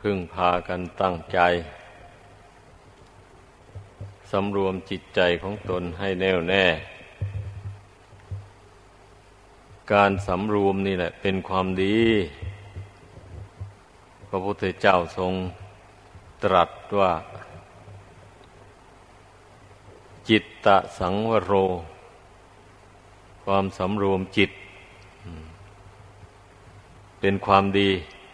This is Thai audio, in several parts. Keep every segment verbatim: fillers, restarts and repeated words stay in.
พึ่งพากันตั้งใจสำรวมจิตใจของตนให้แน่วแน่การสำรวมนี่แหละเป็นความดีพระพุทธเจ้าทรงตรัสว่าจิตตสังวโรความสำรวมจิตเป็นความดี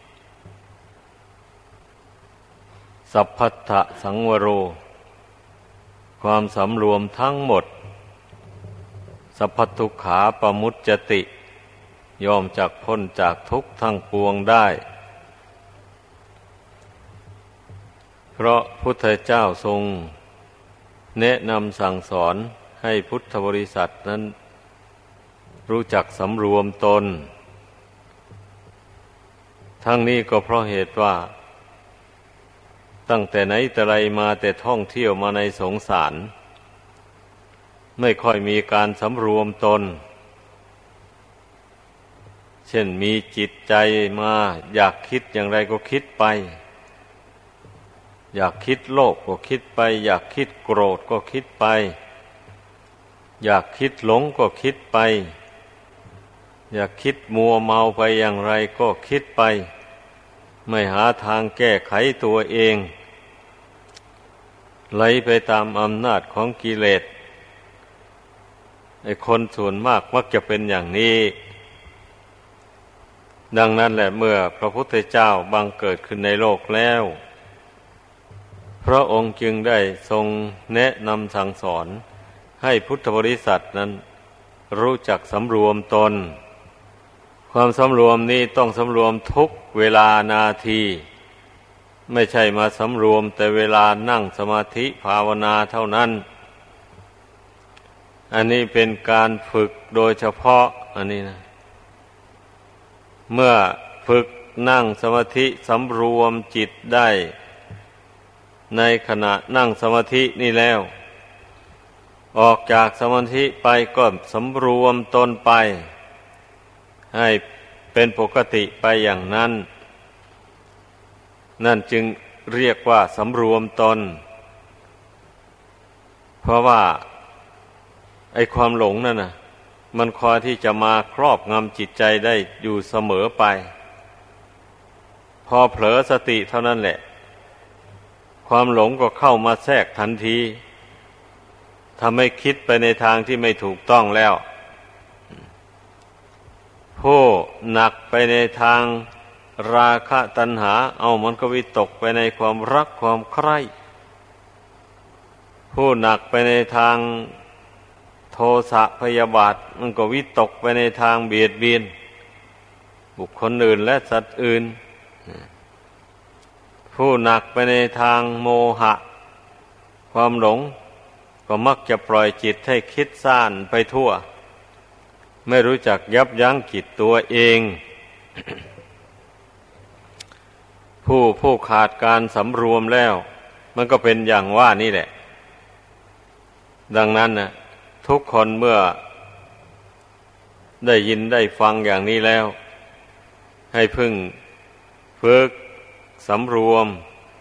สัพพัทธสังวโรความสำรวมทั้งหมดสัพพทุกขาปมุจจติย่อมจากพ้นจากทุกข์ทั้งปวงได้เพราะพุทธเจ้าทรงแนะนำสั่งสอนให้พุทธบริษัทนั้นรู้จักสำรวมตนทั้งนี้ก็เพราะเหตุว่าตั้งแต่ไหนแต่ไรมาแต่ท่องเที่ยวมาในสงสารไม่ค่อยมีการสำรวมตนเช่นมีจิตใจมาอยากคิดอย่างไรก็คิดไปอยากคิดโลภก็คิดไปอยากคิดโกรธก็คิดไปอยากคิดหลงก็คิดไปอยากคิดมัวเมาไปอย่างไรก็คิดไปไม่หาทางแก้ไขตัวเองไหลไปตามอำนาจของกิเลสไอ้คนส่วนมากมักจะเป็นอย่างนี้ดังนั้นแหละเมื่อพระพุทธเจ้าบังเกิดขึ้นในโลกแล้วพระองค์จึงได้ทรงแนะนำสั่งสอนให้พุทธบริษัทนั้นรู้จักสำรวมตนความสำรวมนี้ต้องสำรวมทุกเวลานาทีไม่ใช่มาสำรวมแต่เวลานั่งสมาธิภาวนาเท่านั้นอันนี้เป็นการฝึกโดยเฉพาะอันนี้นะเมื่อฝึกนั่งสมาธิสำรวมจิตได้ในขณะนั่งสมาธินี่แล้วออกจากสมาธิไปก็สำรวมตนไปให้เป็นปกติไปอย่างนั้นนั่นจึงเรียกว่าสำรวมตนเพราะว่าไอ้ความหลงนั่นน่ะมันคอยที่จะมาครอบงำจิตใจได้อยู่เสมอไปพอเผลอสติเท่านั้นแหละความหลงก็เข้ามาแทรกทันทีทำให้คิดไปในทางที่ไม่ถูกต้องแล้วผู้หนักไปในทางราคะตัณหาเอามันก็วิตกไปในความรักความใคร่ผู้หนักไปในทางโทสะพยาบาทมันก็วิตกไปในทางเบียดเบียนบุคคลอื่นและสัตว์อื่นผู้หนักไปในทางโมหะความหลงก็มักจะปล่อยจิตให้คิดซ่านไปทั่วไม่รู้จักยับยั้งจิตตัวเอง ผู้ผู้ขาดการสำรวมแล้วมันก็เป็นอย่างว่านี่แหละดังนั้นนะทุกคนเมื่อได้ยินได้ฟังอย่างนี้แล้วให้พึ่งฝึกสำรวม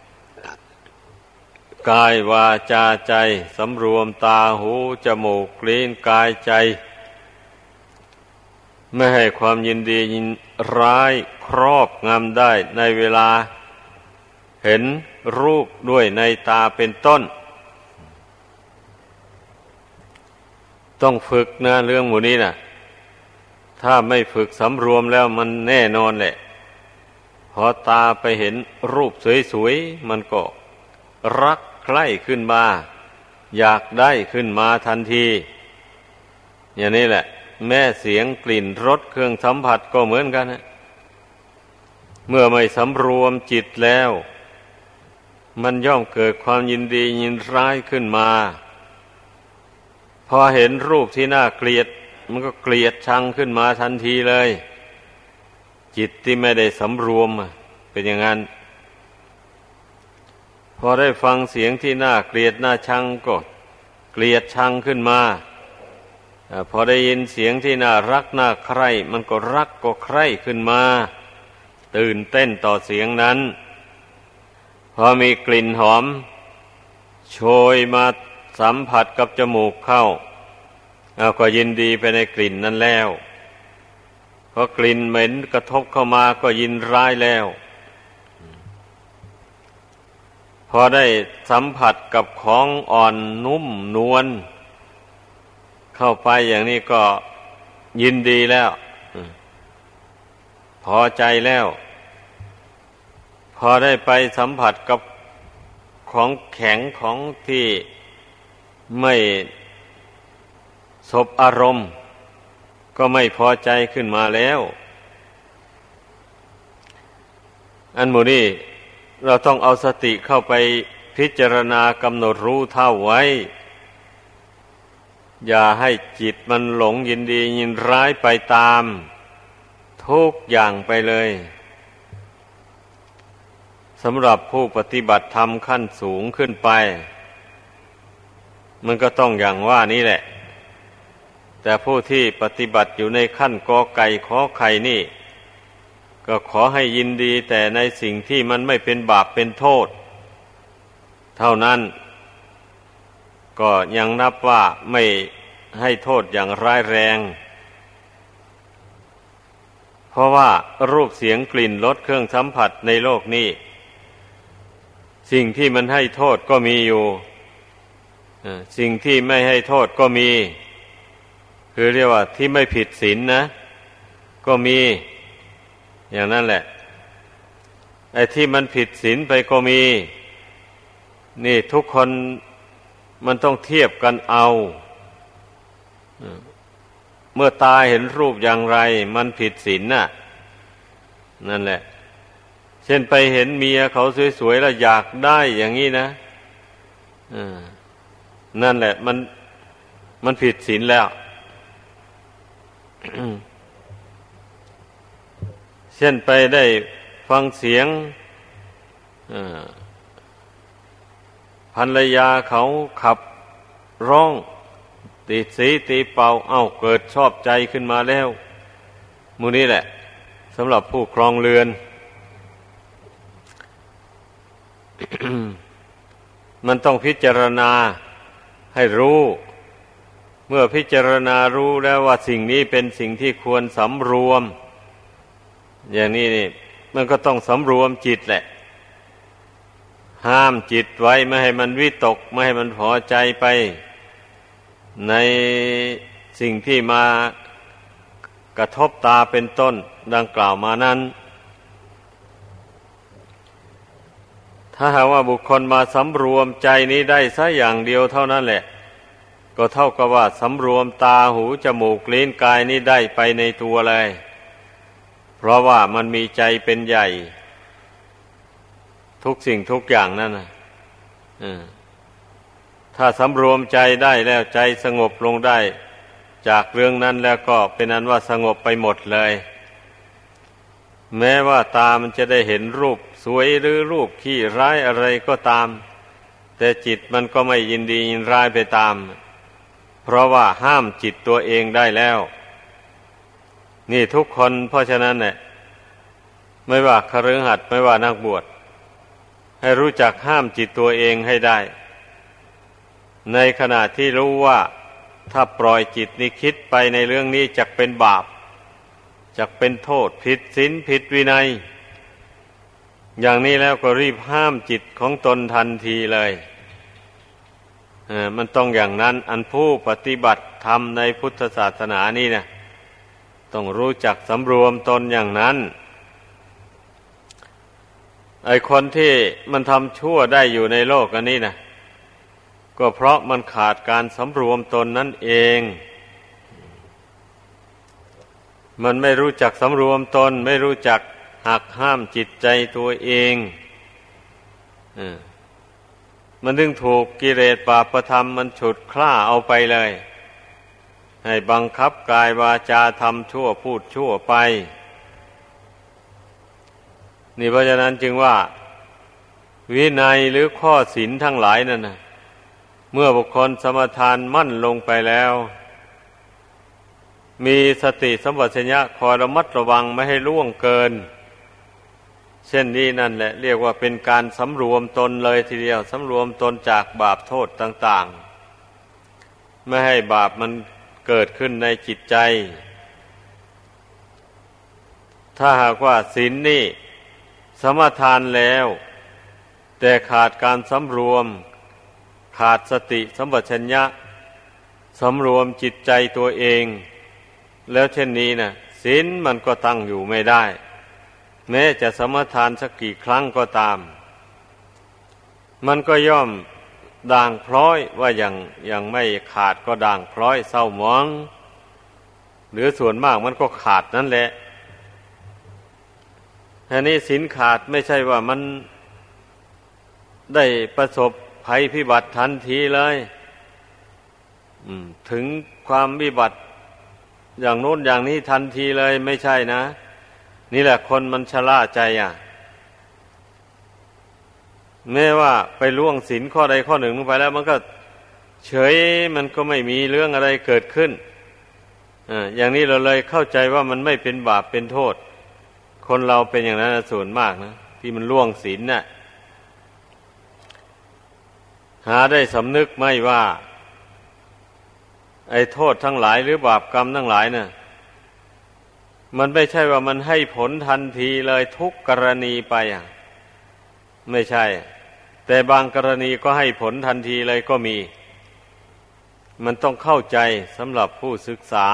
กายวาจาใจสำรวมตาหูจมูกลิ้นกายใจไม่ให้ความยินดียินร้ายครอบงำได้ในเวลาเห็นรูปด้วยในตาเป็นต้นต้องฝึกนะเรื่องหมู่นี้นะถ้าไม่ฝึกสำรวมแล้วมันแน่นอนแหละพอตาไปเห็นรูปสวยๆมันก็รักใคร่ขึ้นมาอยากได้ขึ้นมาทันทีอย่างนี้แหละแม้เสียงกลิ่นรสเครื่องสัมผัสก็เหมือนกันนะเมื่อไม่สำรวมจิตแล้วมันย่อมเกิดความยินดียินร้ายขึ้นมาพอเห็นรูปที่น่าเกลียดมันก็เกลียดชังขึ้นมาทันทีเลยจิตที่ไม่ได้สำรวมเป็นอย่างนั้นพอได้ฟังเสียงที่น่าเกลียดน่าชังก็เกลียดชังขึ้นมาพอได้ยินเสียงที่น่ารักน่าใคร่มันก็รักก็ใคร่ขึ้นมาตื่นเต้นต่อเสียงนั้นพอมีกลิ่นหอมโชยมาสัมผัสกับจมูกเข้าเราก็ยินดีไปในกลิ่นนั้นแล้วพอกลิ่นเหม็นกระทบเข้ามาก็ยินร้ายแล้วพอได้สัมผัสกับของอ่อนนุ่มนวลเข้าไปอย่างนี้ก็ยินดีแล้วพอใจแล้วพอได้ไปสัมผัสกับของแข็งของที่ไม่สบอารมณ์ก็ไม่พอใจขึ้นมาแล้วอันหมู่นี้เราต้องเอาสติเข้าไปพิจารณากำหนดรู้เท่าไว้อย่าให้จิตมันหลงยินดียินร้ายไปตามทุกอย่างไปเลยสำหรับผู้ปฏิบัติธรรมขั้นสูงขึ้นไปมันก็ต้องอย่างว่านี้แหละแต่ผู้ที่ปฏิบัติอยู่ในขั้นกอไก่ขอไข่นี่ก็ขอให้ยินดีแต่ในสิ่งที่มันไม่เป็นบาปเป็นโทษเท่านั้นก็ยังนับว่าไม่ให้โทษอย่างร้ายแรงเพราะว่ารูปเสียงกลิ่นรสเครื่องสัมผัสในโลกนี้สิ่งที่มันให้โทษก็มีอยู่สิ่งที่ไม่ให้โทษก็มีคือเรียกว่าที่ไม่ผิดศีลนะก็มีอย่างนั้นแหละไอ้ที่มันผิดศีลไปก็มีนี่ทุกคนมันต้องเทียบกันเอาเมื่อตาเห็นรูปอย่างไรมันผิดศีลน่ะนั่นแหละเช่นไปเห็นเมียเขาสวยๆแล้วอยากได้อย่างนี้นะนั่นแหละมันมันผิดศีลแล้ว เช่นไปได้ฟังเสียงภรรยาเขาขับร้องตีสีตีเป่าเอ้าเกิดชอบใจขึ้นมาแล้วมูนี้แหละสำหรับผู้ครองเรือน มันต้องพิจารณาให้รู้เมื่อพิจารณารู้แล้วว่าสิ่งนี้เป็นสิ่งที่ควรสำรวมอย่างนี้นี่มันก็ต้องสำรวมจิตแหละห้ามจิตไว้ไม่ให้มันวิตกไม่ให้มันพอใจไปในสิ่งที่มากระทบตาเป็นต้นดังกล่าวมานั้นถ้าหากว่าบุคคลมาสำรวมใจนี้ได้สักอย่างเดียวเท่านั้นแหละก็เท่ากับว่าสำรวมตาหูจมูกลิ้นกายนี้ได้ไปในตัวเลยเพราะว่ามันมีใจเป็นใหญ่ทุกสิ่งทุกอย่างนั่นนะถ้าสำรวมใจได้แล้วใจสงบลงได้จากเรื่องนั้นแล้วก็เป็นอันว่าสงบไปหมดเลยแม้ว่าตามันจะได้เห็นรูปสวยหรือรูปขี้ร้ายอะไรก็ตามแต่จิตมันก็ไม่ยินดียินร้ายไปตามเพราะว่าห้ามจิตตัวเองได้แล้วนี่ทุกคนเพราะฉะนั้นเนี่ยไม่ว่าคฤหัสถ์ไม่ว่านักบวชให้รู้จักห้ามจิตตัวเองให้ได้ในขณะที่รู้ว่าถ้าปล่อยจิตนี้คิดไปในเรื่องนี้จักเป็นบาปจักเป็นโทษผิดศีลผิดวินัยอย่างนี้แล้วก็รีบห้ามจิตของตนทันทีเลยเออมันต้องอย่างนั้นอันผู้ปฏิบัติธรรมในพุทธศาสนานี่นะต้องรู้จักสำรวมตนอย่างนั้นไอ้คนที่มันทำชั่วได้อยู่ในโลกอันนี้นะก็เพราะมันขาดการสำรวมตนนั่นเองมันไม่รู้จักสำรวมตนไม่รู้จักหักห้ามจิตใจตัวเองเออมันถึงถูกกิเลสบาปธรรมมันฉุดคล้าเอาไปเลยให้บังคับกายวาจาทำชั่วพูดชั่วไปนี่เพราะฉะนั้นจึงว่าวินัยหรือข้อศีลทั้งหลายนั่นนะเมื่อบุคคลสมาทานมั่นลงไปแล้วมีสติสัมปชัญญะคอยระมัดระวังไม่ให้ล่วงเกินเช่นนี้นั่นแหละเรียกว่าเป็นการสำรวมตนเลยทีเดียวสำรวมตนจากบาปโทษต่างๆไม่ให้บาปมันเกิดขึ้นในจิตใจถ้าหากว่าศีลนี่สมาทานแล้วแต่ขาดการสำรวมขาดสติสัมปชัญญะสำรวมจิตใจตัวเองแล้วเช่นนี้นะศีลมันก็ตั้งอยู่ไม่ได้แม้จะสมาทานสักกี่ครั้งก็ตามมันก็ย่อมด่างพร้อยว่าอย่างอย่างไม่ขาดก็ด่างพร้อยเศร้าหมองหรือส่วนมากมันก็ขาดนั่นแหละอันนี้ศีลขาดไม่ใช่ว่ามันได้ประสบภัยพิบัติทันทีเลยถึงความวิบัติอย่างโน้นอย่างนี้ทันทีเลยไม่ใช่นะนี่แหละคนมันชราใจอ่ะแม้ว่าไปล่วงศีลข้อใดข้อหนึ่งลงไปแล้วมันก็เฉยมันก็ไม่มีเรื่องอะไรเกิดขึ้นอ่าอย่างนี้เราเลยเข้าใจว่ามันไม่เป็นบาปเป็นโทษคนเราเป็นอย่างนั้นส่วนมากนะที่มันล่วงศีลน่ะหาได้สำนึกไหมว่าไอ้โทษทั้งหลายหรือบาปกรรมทั้งหลายน่ะมันไม่ใช่ว่ามันให้ผลทันทีเลยทุกกรณีไปอ่ะไม่ใช่แต่บางกรณีก็ให้ผลทันทีเลยก็มีมันต้องเข้าใจสำหรับผู้ศึกษา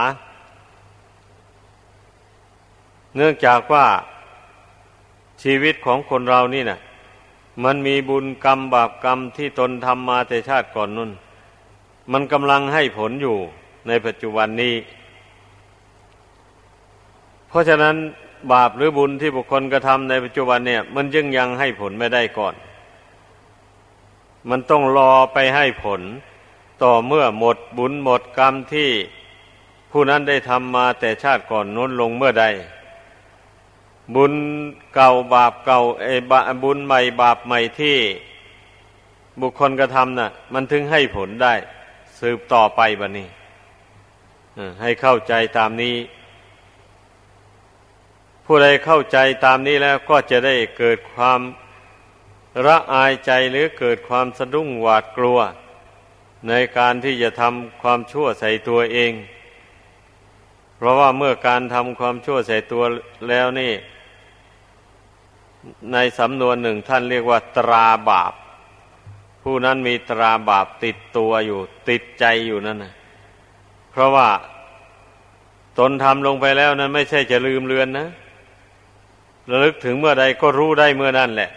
เนื่องจากว่าชีวิตของคนเรานี่น่ะมันมีบุญกรรมบาปกรรมที่ตนทำมาแต่ชาติก่อนนู่นมันกำลังให้ผลอยู่ในปัจจุบันนี้เพราะฉะนั้นบาปหรือบุญที่บุคคลกระทำในปัจจุบันเนี่ยมันยังยังให้ผลไม่ได้ก่อนมันต้องรอไปให้ผลต่อเมื่อหมดบุญหมดกรรมที่ผู้นั้นได้ทำมาแต่ชาติก่อนนู้นลงเมื่อใดบุญเก่าบาปเก่าไอ้บาบุญใหม่บาปใหม่ที่บุคคลกระทำน่ะมันถึงให้ผลได้สืบต่อไปบัดนี้ให้เข้าใจตามนี้ผู้ใดเข้าใจตามนี้แล้วก็จะได้เกิดความละอายใจหรือเกิดความสะดุ้งหวาดกลัวในการที่จะทำความชั่วใส่ตัวเองเพราะว่าเมื่อการทำความชั่วใส่ตัวแล้วนี่ในสำนวนหนึ่งท่านเรียกว่าตราบาปผู้นั้นมีตราบาปติดตัวอยู่ติดใจอยู่นั่นนะเพราะว่าตนทำลงไปแล้วนั้นไม่ใช่จะลืมเลือนนะระลึกถึงเมื่อใดก็รู้ได้เมื่อนั้นแหละ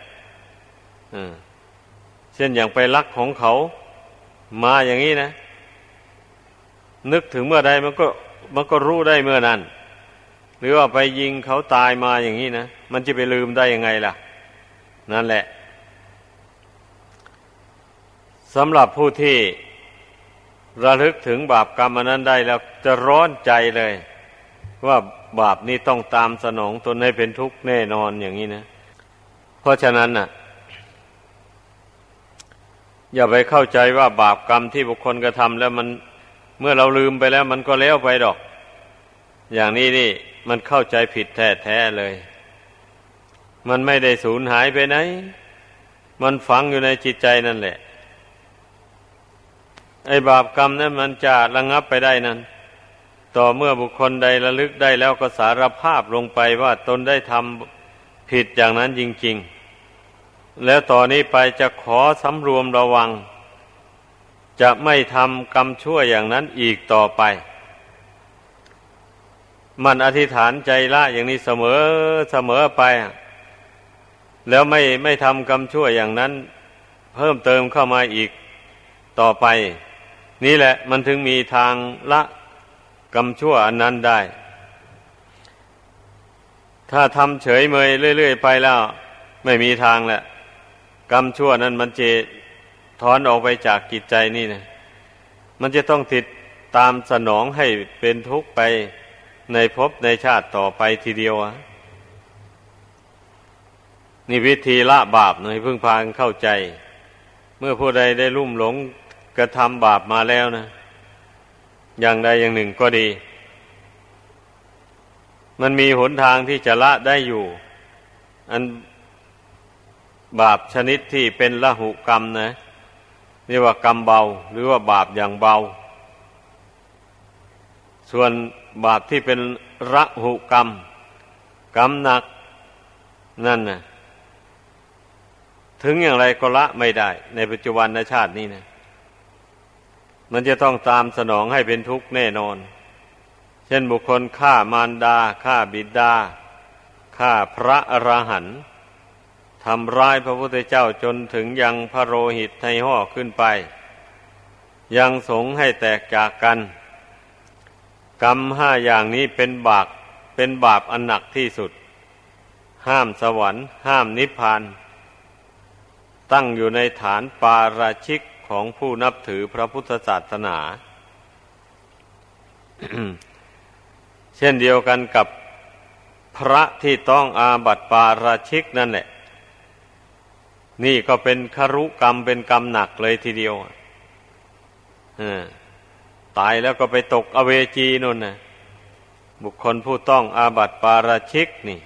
เช่นอย่างไปลักของเขามาอย่างนี้นะนึกถึงเมื่อใดมันก็มันก็รู้ได้เมื่อนั้นหรือว่าไปยิงเขาตายมาอย่างนี้นะมันจะไปลืมได้ยังไงล่ะนั่นแหละสำหรับผู้ที่ระลึกถึงบาปกรรมอันนั้นได้แล้วจะร้อนใจเลยว่าบาปนี้ต้องตามสนองตนให้เป็นทุกข์แน่นอนอย่างนี้นะเพราะฉะนั้นน่ะอย่าไปเข้าใจว่าบาปกรรมที่บุคคลกระทำแล้วมันเมื่อเราลืมไปแล้วมันก็แล้วไปดอกอย่างนี้นี่มันเข้าใจผิดแท้ๆเลยมันไม่ได้สูญหายไปไหนมันฝังอยู่ในจิตใจนั่นแหละไอ้บาปกรรมนั้นมันจะระงับไปได้นั้นต่อเมื่อบุคคลใดระลึกได้แล้วก็สารภาพลงไปว่าตนได้ทำผิดอย่างนั้นจริงๆแล้วต่อนนี้ไปจะขอสำรวมระวังจะไม่ทำกรรมชั่วอย่างนั้นอีกต่อไปมันอธิษฐานใจละอย่างนี้เสมอเสมอไปแล้วไม่ไม่ทำกรรมชั่วอย่างนั้นเพิ่มเติมเข้ามาอีกต่อไปนี่แหละมันถึงมีทางละกรรมชั่วอันนั้นได้ถ้าทำเฉยเมยเรื่อยๆไปแล้วไม่มีทางแหละกรรมชั่วนั้นมันจะถอนออกไปจากจิตใจนี่นะมันจะต้องติดตามสนองให้เป็นทุกข์ไปในภพในชาติต่อไปทีเดียวอ่ะนี่วิธีละบาปหน่อยพึ่งพาเข้าใจเมื่อผู้ใดได้ลุ่มหลงกระทำบาปมาแล้วนะอย่างใดอย่างหนึ่งก็ดีมันมีหนทางที่จะละได้อยู่อันบาปชนิดที่เป็นละหุกรรมนะเรียกว่ากรรมเบาหรือว่าบาปอย่างเบาส่วนบาปที่เป็นระหุกรรมกรรมหนักนั่นนะถึงอย่างไรก็ละไม่ได้ในปัจจุบันชาตินี้นะมันจะต้องตามสนองให้เป็นทุกข์แน่นอนเช่นบุคคลฆ่ามารดาฆ่าบิดาฆ่าพระอรหันต์ทำร้ายพระพุทธเจ้าจนถึงยังพระโลหิตให้ห่อขึ้นไปยังสงฆ์ให้แตกจากกันกรรมห้าอย่างนี้เป็นบาปเป็นบาปอันหนักที่สุดห้ามสวรรค์ห้ามนิพพานตั้งอยู่ในฐานปาราชิกของผู้นับถือพระพุทธศาสนา เช่นเดียวกันกับพระที่ต้องอาบัติปาราชิกนั่นแหละนี่ก็เป็นครุกรรมเป็นกรรมหนักเลยทีเดียวตายแล้วก็ไปตกอเวจีนู่นนะบุคคลผู้ต้องอาบัติปาราชิกนี่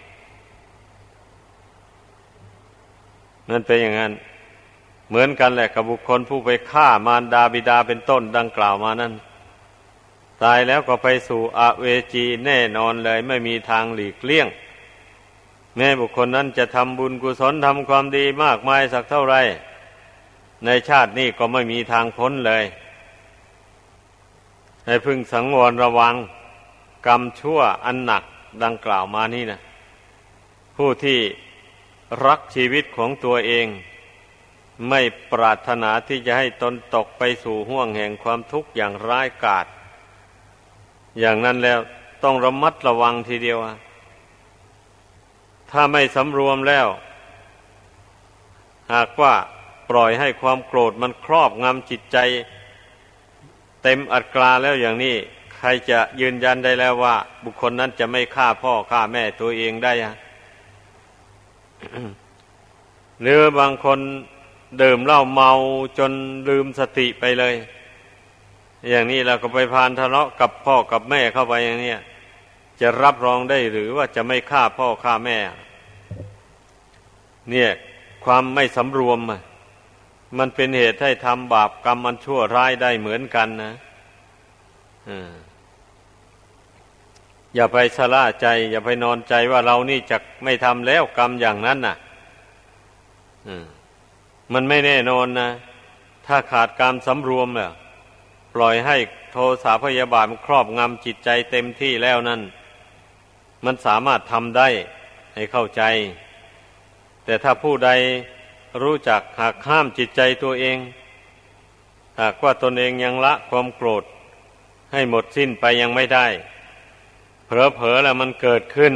นั่นเป็นอย่างนั้นเหมือนกันแหละกับบุคคลผู้ไปฆ่ามารดาบิดาเป็นต้นดังกล่าวมานั่นตายแล้วก็ไปสู่อเวจีแน่นอนเลยไม่มีทางหลีกเลี่ยงแม้บุคคลนั้นจะทำบุญกุศลทำความดีมากมายสักเท่าไรในชาตินี้ก็ไม่มีทางพ้นเลยให้พึงสังวรระวังกรรมชั่วอันหนักดังกล่าวมานี่นะผู้ที่รักชีวิตของตัวเองไม่ปรารถนาที่จะให้ตนตกไปสู่ห้วงแห่งความทุกข์อย่างร้ายกาจอย่างนั้นแล้วต้องระมัดระวังทีเดียวถ้าไม่สำรวมแล้วหากว่าปล่อยให้ความโกรธมันครอบงำจิตใจเต็มอัตราแล้วอย่างนี้ใครจะยืนยันได้แล้วว่าบุคคลนั้นจะไม่ฆ่าพ่อฆ่าแม่ตัวเองได้ฮะ หรือบางคนดื่มเหล้าเมาจนลืมสติไปเลยอย่างนี้เราก็ไปพานทะเลาะกับพ่อกับแม่เข้าไปอย่างนี้จะรับรองได้หรือว่าจะไม่ฆ่าพ่อฆ่าแม่เนี่ยความไม่สำรวมมันเป็นเหตุให้ทำบาปกรรมมันชั่วร้ายได้เหมือนกันนะอย่าไปชะล่าใจอย่าไปนอนใจว่าเรานี่จะไม่ทำแล้วกรรมอย่างนั้นน่ะมันไม่แน่นอนนะถ้าขาดการสำรวมเนี่ยปล่อยให้โทสะพยาบาทมันครอบงำจิตใจเต็มที่แล้วนั่นมันสามารถทำได้ให้เข้าใจแต่ถ้าผู้ใดรู้จักหักห้ามจิตใจตัวเองหากว่าตนเองยังละความโกรธให้หมดสิ้นไปยังไม่ได้เผลอๆแล้วมันเกิดขึ้น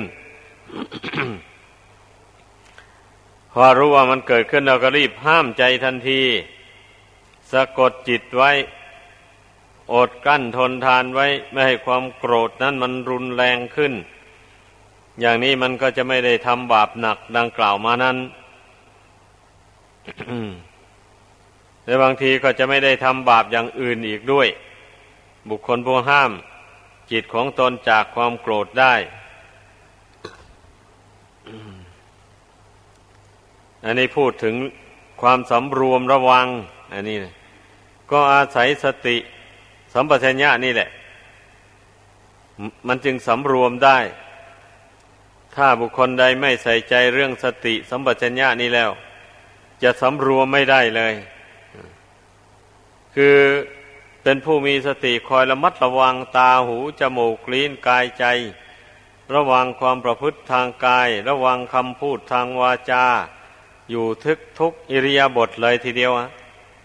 พอรู้ว่ามันเกิดขึ้นเราก็รีบห้ามใจทันทีสะกดจิตไว้อดกลั้นทนทานไว้ไม่ให้ความโกรธนั้นมันรุนแรงขึ้นอย่างนี้มันก็จะไม่ได้ทำบาปหนักดังกล่าวมานั้น แต่บางทีก็จะไม่ได้ทำบาปอย่างอื่นอีกด้วยบุคคลผู้ห้ามจิตของตนจากความโกรธได้ อันนี้พูดถึงความสำรวมระวังอันนี้นะก็อาศัยสติสัมปชัญญะนี่แหละมันจึงสำรวมได้ถ้าบุคคลใดไม่ใส่ใจเรื่องสติสัมปชัญญะนี่แล้วจะสำรวมไม่ได้เลยคือเป็นผู้มีสติคอยระมัดระวังตาหูจมูกลิ้นกายใจระวังความประพฤติทางกายระวังคำพูดทางวาจาอยู่ทุกทุกอิริยาบถเลยทีเดียวอะ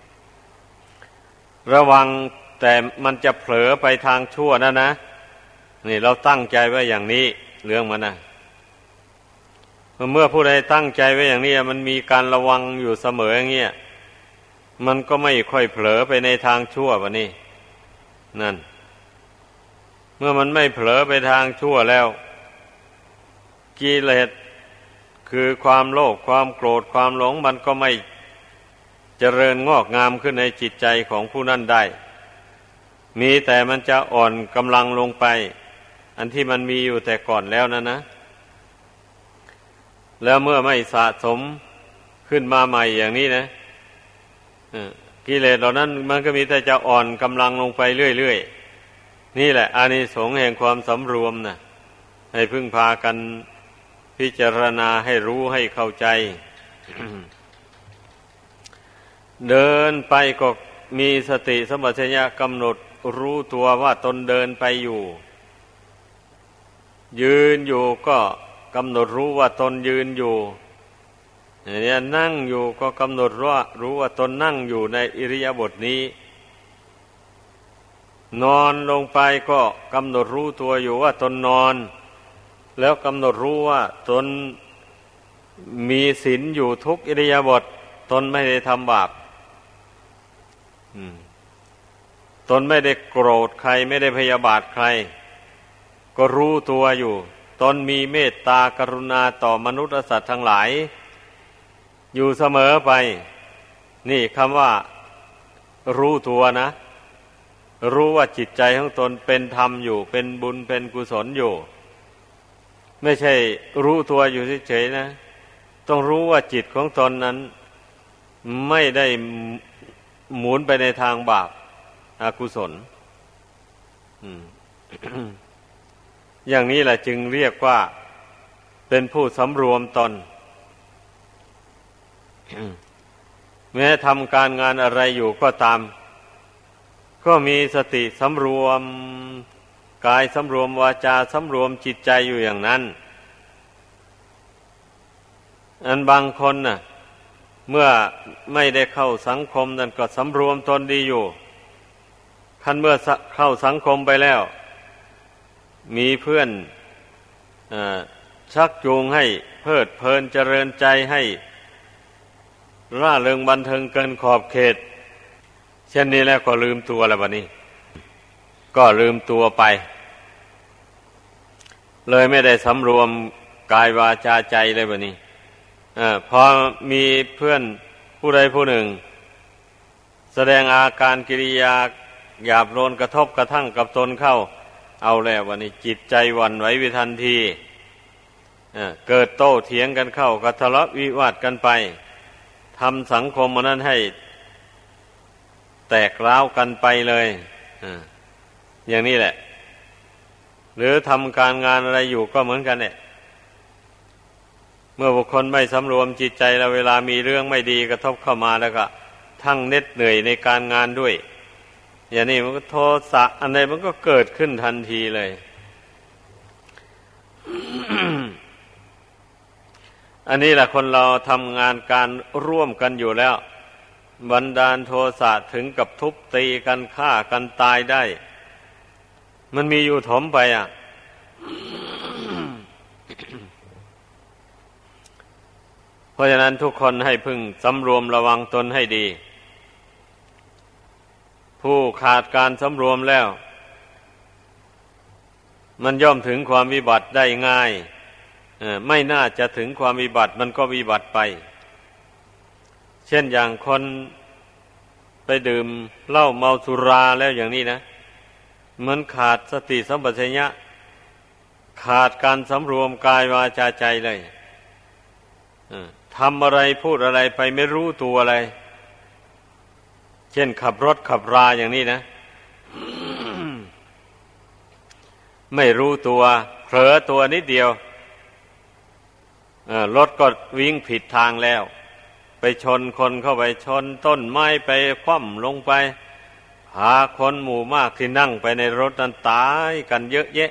ระวังแต่มันจะเผลอไปทางชั่วนะนะนี่เราตั้งใจไว้อย่างนี้เรื่องมันนะเมื่อผู้ใดตั้งใจไว้อย่างนี้มันมีการระวังอยู่เสมออย่างเงี้ยมันก็ไม่ค่อยเผลอไปในทางชั่ววะนี่นั่นเมื่อมันไม่เผลอไปทางชั่วแล้วกิเลสคือความโลภความโกรธความหลงมันก็ไม่เจริญงอกงามขึ้นในจิตใจของผู้นั้นได้มีแต่มันจะอ่อนกำลังลงไปอันที่มันมีอยู่แต่ก่อนแล้วนะนะแล้วเมื่อไม่สะสมขขึ้นมาใหม่อย่างนี้นะกิเลสเหล่านั้นมันก็มีแต่จะอ่อนกำลังลงไปเรื่อยๆนี่แหละอานิสงส์แห่งความสำรวมนะให้พึ่งพากันพิจารณาให้รู้ให้เข้าใจ เดินไปก็มีสติสัมปชัญญะกำหนดรู้ตัวว่าตนเดินไปอยู่ยืนอยู่ก็กำหนดรู้ว่าตนยืนอยู่เนี่ยนั่งอยู่ก็กำหนดว่ารู้ว่าตนนั่งอยู่ในอิริยาบถนี้นอนลงไปก็กำหนดรู้ตัวอยู่ว่าตนนอนแล้วกำหนดรู้ว่าตนมีศีลอยู่ทุกอิริยาบถตนไม่ได้ทำบาปตนไม่ได้โกรธใครไม่ได้พยาบาทใครก็รู้ตัวอยู่ตนมีเมตตากรุณาต่อมนุษย์และสัตว์ทั้งหลายอยู่เสมอไปนี่คำว่ารู้ตัวนะรู้ว่าจิตใจของตนเป็นธรรมอยู่เป็นบุญเป็นกุศลอยู่ไม่ใช่รู้ตัวอยู่เฉยๆนะต้องรู้ว่าจิตของตนนั้นไม่ได้หมุนไปในทางบาปอกุศล อย่างนี้แหละจึงเรียกว่าเป็นผู้สำรวมตน แม้ทำการงานอะไรอยู่ก็ตามก็มีสติสำรวมกายสำรวมวาจาสำรวมจิตใจอยู่อย่างนั้นอันบางคนน่ะเมื่อไม่ได้เข้าสังคมนั่นก็สำรวมตนดีอยู่คันเมื่อเข้าสังคมไปแล้วมีเพื่อนชักจูงให้เพลิดเพลินเจริญใจให้ร่าเริงบันเทิงเกินขอบเขตเช่นนี้แล้วก็ลืมตัวแล้วบัดนี้ก็ลืมตัวไปเลยไม่ได้สำรวมกายวาจาใจเลยบัดนี้อ่าพอมีเพื่อนผู้ใดผู้หนึ่งแสดงอาการกิริยาหยาบโลนกระทบกระทั่งกับตนเข้าเอาแล้ววันนี้จิตใจหวั่นไหววิทันทีอ่าเกิดโต้เถียงกันเข้าก็ทะเลาะวิวาทกันไปทำสังคมมันนั้นให้แตกร้าวกันไปเลยอ่าอย่างนี้แหละหรือทำการงานอะไรอยู่ก็เหมือนกันเนี่ยเมื่อบุคคลไม่สำรวมจิตใจแล้วเวลามีเรื่องไม่ดีกระทบเข้ามาแล้วก็ทั้งเหน็ดเหนื่อยในการงานด้วยอย่างนี้มันก็โทสะอันใดมันก็เกิดขึ้นทันทีเลย อันนี้แหละคนเราทำงานการร่วมกันอยู่แล้วบันดาลโทสะถึงกับทุบตีกันฆ่ากันตายได้มันมีอยู่ถมไปอ่ะ เพราะฉะนั้นทุกคนให้พึงสำรวมระวังตนให้ดีผู้ขาดการสำรวมแล้วมันย่อมถึงความวิบัติได้ง่ายไม่น่าจะถึงความวิบัติมันก็วิบัติไปเช่นอย่างคนไปดื่มเหล้าเมาสุราแล้วอย่างนี้นะมันขาดสติสัมปชัญญะขาดการสำรวมกายวาจาใจเลยทำอะไรพูดอะไรไปไม่รู้ตัวอะไรเช่นขับรถขับราอย่างนี้นะ ไม่รู้ตัวเผลอตัวนิดเดียวรถก็วิ่งผิดทางแล้วไปชนคนเข้าไปชนต้นไม้ไปคว่ำลงไปพาคนหมู่มากที่นั่งไปในรถนั้นตายกันเยอะแยะ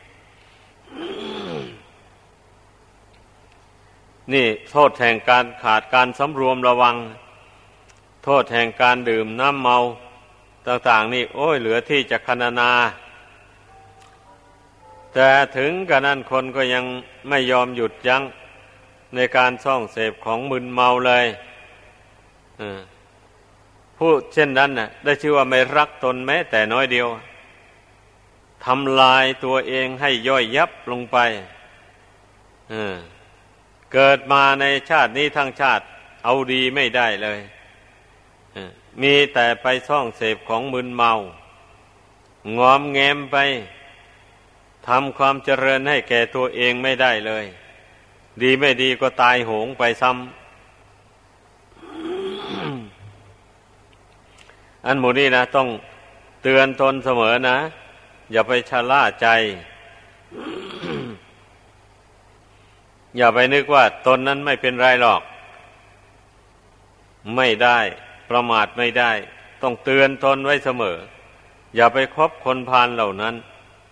นี่โทษแห่งการขาดการสำรวมระวังโทษแห่งการดื่มน้ำเมาต่างๆนี่โอ้ยเหลือที่จะครรณนาแต่ถึงกระนั้นคนก็ยังไม่ยอมหยุดยั้งในการซ่องเสพของมึนเมาเลยผู้เช่นนั้นน่ะได้ชื่อว่าไม่รักตนแม้แต่น้อยเดียวทำลายตัวเองให้ย่อยยับลงไปเกิดมาในชาตินี้ทั้งชาติเอาดีไม่ได้เลยมีแต่ไปซ่องเสพของมึนเมางอมแงมไปทำความเจริญให้แก่ตัวเองไม่ได้เลยดีไม่ดีก็ตายโหงไปซ้อันหมู่นี้นะต้องเตือนตนเสมอนะอย่าไปชะล่าใจ อย่าไปนึกว่าตนนั้นไม่เป็นไรหรอกไม่ได้ประมาทไม่ได้ต้องเตือนตนไว้เสมออย่าไปคบคนพาลเหล่านั้น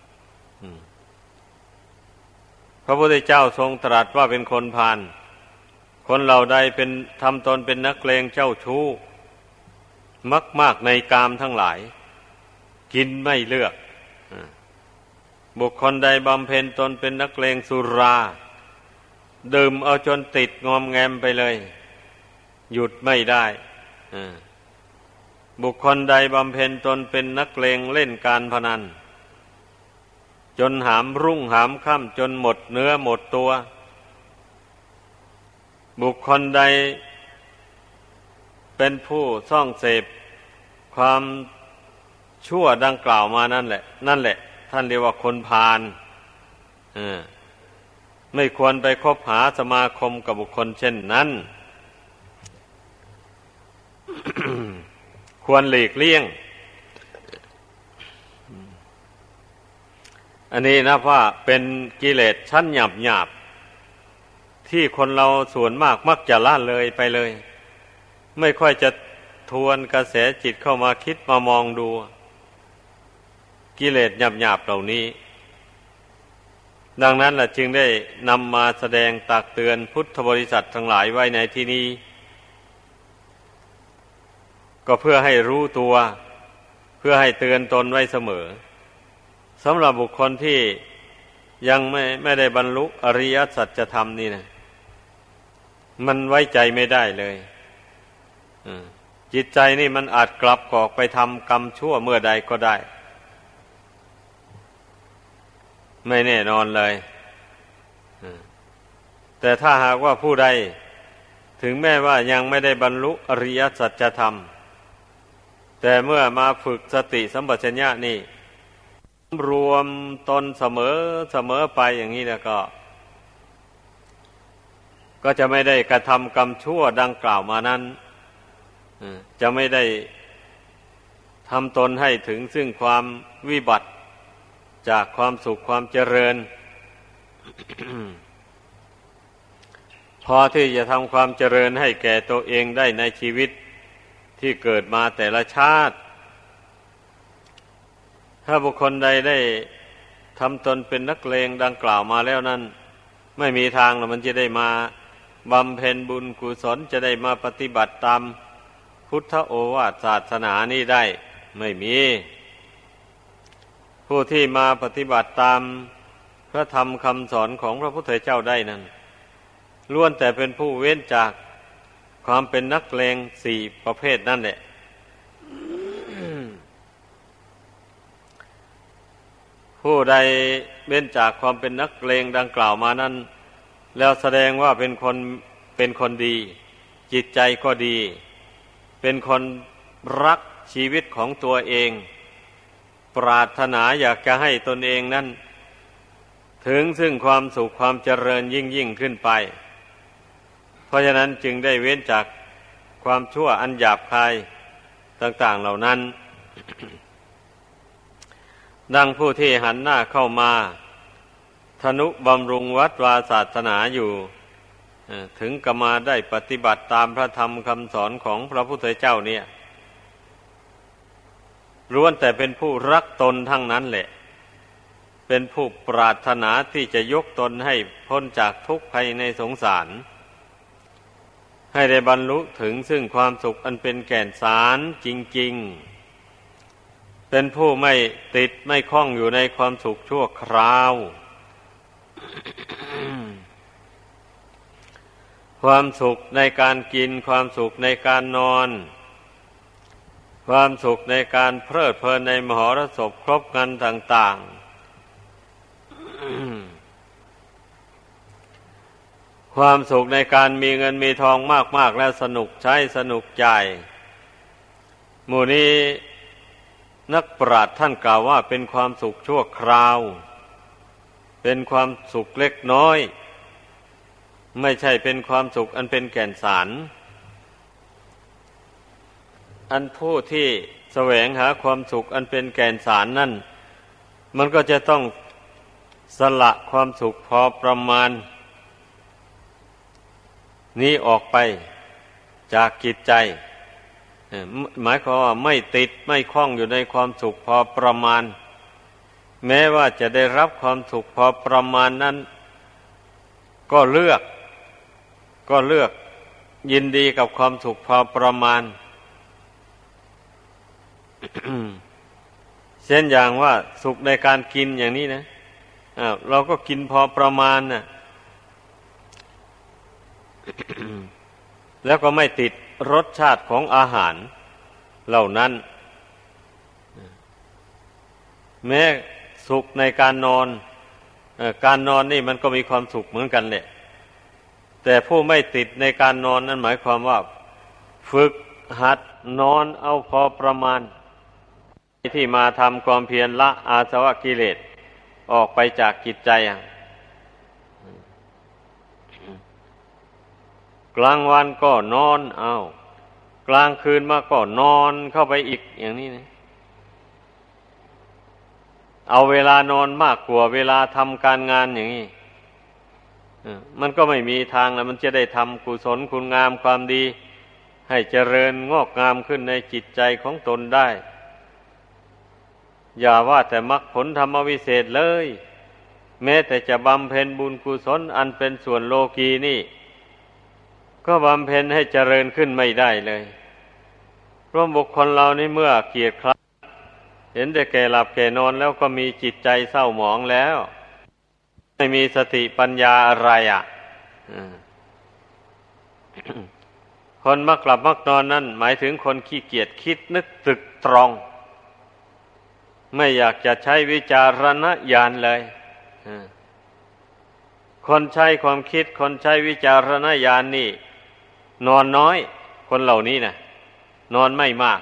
พระพุทธเจ้าทรงตรัสว่าเป็นคนพาลคนเหล่าใดเป็นทำตนเป็นนักเลงเจ้าชู้มักมากในกามทั้งหลายกินไม่เลือกบุคคลใดบำเพ็ญตนเป็นนักเลงสุราดื่มเอาจนติดงอมแงมไปเลยหยุดไม่ได้บุคคลใดบำเพ็ญตนเป็นนักเลงเล่นการพนันจนหามรุ่งหามค่ำจนหมดเนื้อหมดตัวบุคคลใดเป็นผู้ซ่องเสพความชั่วดังกล่าวมานั่นแหละนั่นแหละท่านเรียกว่าคนพาลไม่ควรไปคบหาสมาคมกับบุคคลเช่นนั้น ควรหลีกเลี่ยงอันนี้นะว่าเป็นกิเลสชั้นหยาบหยาบที่คนเราส่วนมากมักจะละเลยไปเลยไม่ค่อยจะทวนกระแสจิตเข้ามาคิดมามองดูกิเลสหยาบหยาบเหล่านี้ดังนั้นล่ะจึงได้นำมาแสดงตักเตือนพุทธบริษัททั้งหลายไว้ในที่นี้ก็เพื่อให้รู้ตัวเพื่อให้เตือนตนไว้เสมอสำหรับบุคคลที่ยังไม่ไม่ได้บรรลุอริยสัจธรรมนี่นะมันไว้ใจไม่ได้เลยจิตใจนี่มันอาจกลับกอกไปทำกรรมชั่วเมื่อใดก็ได้ไม่แน่นอนเลยแต่ถ้าหากว่าผู้ใดถึงแม้ว่ายังไม่ได้บรรลุอริยสัจธรรมแต่เมื่อมาฝึกสติสัมปชัญญะนี่รวมตนเสมอเสมอไปอย่างนี้แล้วก็ก็จะไม่ได้กระทำกรรมชั่วดังกล่าวมานั้นจะไม่ได้ทำตนให้ถึงซึ่งความวิบัติจากความสุขความเจริญ พอที่จะทำความเจริญให้แก่ตัวเองได้ในชีวิตที่เกิดมาแต่ละชาติถ้าบุคคลใดได้ทำตนเป็นนักเลงดังกล่าวมาแล้วนั้นไม่มีทางหรอกมันจะได้มาบำเพ็ญบุญกุศลจะได้มาปฏิบัติตามพุทธโอวาทศาสนานี้ได้ไม่มีผู้ที่มาปฏิบัติตามพระธรรมคำสอนของพระพุทธเจ้าได้นั้นล้วนแต่เป็นผู้เว้นจากความเป็นนักเลงสี่ประเภทนั่นแหละ ผู้ใดเว้นจากความเป็นนักเลงดังกล่าวมานั้นแล้วแสดงว่าเป็นคนเป็นคนดีจิตใจก็ดีเป็นคนรักชีวิตของตัวเองปรารถนาอยากจะให้ตนเองนั้นถึงซึ่งความสุขความเจริญยิ่งยิ่งขึ้นไปเพราะฉะนั้นจึงได้เว้นจากความชั่วอันหยาบคายต่างๆเหล่านั้น ดังผู้ที่หันหน้าเข้ามาทนุบำรุงวัดวาศาสนาอยู่ถึงก็มาได้ปฏิบัติตามพระธรรมคำสอนของพระพุทธเจ้าเนี่ยล้วนแต่เป็นผู้รักตนทั้งนั้นแหละเป็นผู้ปรารถนาที่จะยกตนให้พ้นจากทุกข์ภายในสงสารให้ได้บรรลุถึงซึ่งความสุขอันเป็นแก่นสารจริงๆเป็นผู้ไม่ติดไม่คล้องอยู่ในความสุขชั่วคราว ความสุขในการกินความสุขในการนอนความสุขในการเพลิดเพลินในมหรสพครบงานต่างๆ ความสุขในการมีเงินมีทองมากๆแล้วสนุกใช้สนุกจ่ายหมู่นี้นักปราชญ์ท่านกล่าวว่าเป็นความสุขชั่วคราวเป็นความสุขเล็กน้อยไม่ใช่เป็นความสุขอันเป็นแก่นสารอันผู้ที่แสแสวงหาความสุขอันเป็นแก่นสารนั่นมันก็จะต้องสละความสุขพอประมาณนี้ออกไปจากจิตใจหมายความว่าไม่ติดไม่คล้องอยู่ในความสุขพอประมาณแม้ว่าจะได้รับความสุขพอประมาณนั้นก็เลือกก็เลือกยินดีกับความสุขพอประมาณ เช่นอย่างว่าสุขในการกินอย่างนี้นะอ้าวเราก็กินพอประมาณน่ะ แล้วก็ไม่ติดรสชาติของอาหารเหล่านั้นแม้สุขในการนอนการนอนนี่มันก็มีความสุขเหมือนกันแหละแต่ผู้ไม่ติดในการนอนนั้นหมายความว่าฝึกหัดนอนเอาพอประมาณที่มาทำความเพียรละอาสวะกิเลสออกไปจากจิตใจอย่างกลางวันก็นอนเอากลางคืนมาก็นอนเข้าไปอีกอย่างนี้นะเอาเวลานอนมากกว่าเวลาทำการงานอย่างนี้มันก็ไม่มีทางแล้วมันจะได้ทำกุศลคุณงามความดีให้เจริญงอกงามขึ้นในจิตใจของตนได้อย่าว่าแต่มรรคผลธรรมวิเศษเลยแม้แต่จะบำเพ็ญบุญกุศลอันเป็นส่วนโลกีนี่ก็บำเพ็ญให้เจริญขึ้นไม่ได้เลยเพราะบุคคลเรานี่เมื่อเกียจคร้านเห็นแต่แก่หลับแก่นอนแล้วก็มีจิตใจเศร้าหมองแล้วไม่มีสติปัญญาอะไรอ่ะ คนมักหลับมักนอนนั่นหมายถึงคนขี้เกียจคิดนึกตรึกตรองไม่อยากจะใช้วิจารณญาณเลยคนใช้ความคิดคนใช้วิจารณญาณนี่นอนน้อยคนเหล่านี้นะนอนไม่มาก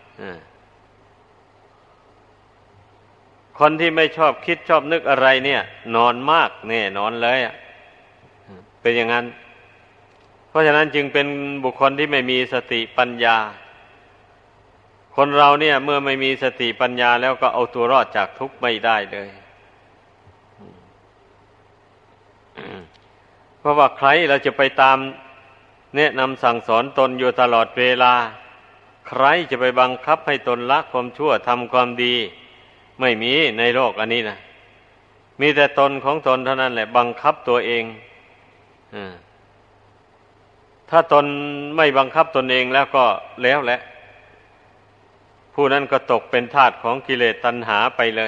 คนที่ไม่ชอบคิดชอบนึกอะไรเนี่ยนอนมากแน่นอนเลยอ่ะเป็นอย่างนั้นเพราะฉะนั้นจึงเป็นบุคคลที่ไม่มีสติปัญญาคนเราเนี่ยเมื่อไม่มีสติปัญญาแล้วก็เอาตัวรอดจากทุกข์ไม่ได้เลยเพราะว่าใครเราจะไปตามแนะนำสั่งสอนตนอยู่ตลอดเวลาใครจะไปบังคับให้ตนละความชั่วทำความดีไม่มีในโลกอันนี้นะมีแต่ตนของตนเท่านั้นแหละบังคับตัวเองถ้าตนไม่บังคับตนเองแล้วก็แล้วแหละผู้นั้นก็ตกเป็นทาสของกิเลสตัณหาไปเลย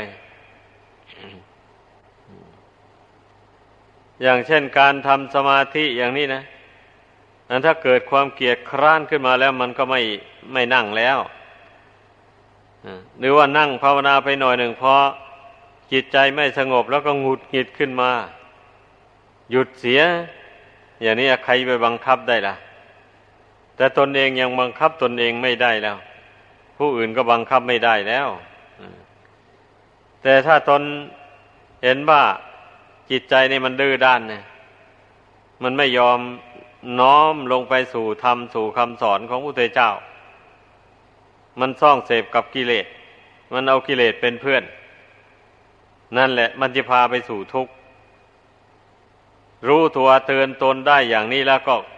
อย่างเช่นการทำสมาธิอย่างนี้นะนั้นถ้าเกิดความเกียจคร้านขึ้นมาแล้วมันก็ไม่ไม่นั่งแล้วหรือว่านั่งภาวนาไปหน่อยหนึ่งพอจิตใจไม่สงบแล้วก็หงุดหงิดขึ้นมาหยุดเสียอย่างนี้ใครไปบังคับได้ล่ะแต่ตนเองยังบังคับตนเองไม่ได้แล้วผู้อื่นก็บังคับไม่ได้แล้วแต่ถ้าตนเห็นว่าจิตใจนี่มันดื้อด้านเนี่ยมันไม่ยอมน้อมลงไปสู่ธรรมสู่คำสอนของพระพุทธเจ้ามันซ่องเสพกับกิเลสมันเอากิเลสเป็นเพื่อนนั่นแหละมันจะพาไปสู่ทุกข์รู้ตัวเตือนตนได้อย่างนี้แล้วก็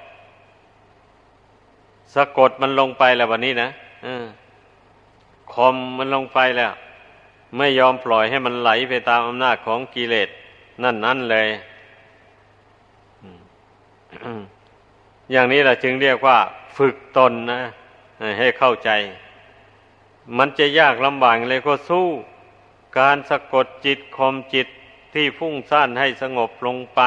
สะกดมันลงไปแล้ววันนี้นะคอมมันลงไปแล้วไม่ยอมปล่อยให้มันไหลไปตามอำนาจของกิเลสนั่นนั่นเลยอย่างนี้แหละจึงเรียกว่าฝึกตนนะให้เข้าใจมันจะยากลำบากเลยก็สู้การสะกดจิตข่มจิตที่ฟุ้งซ่านให้สงบลงไป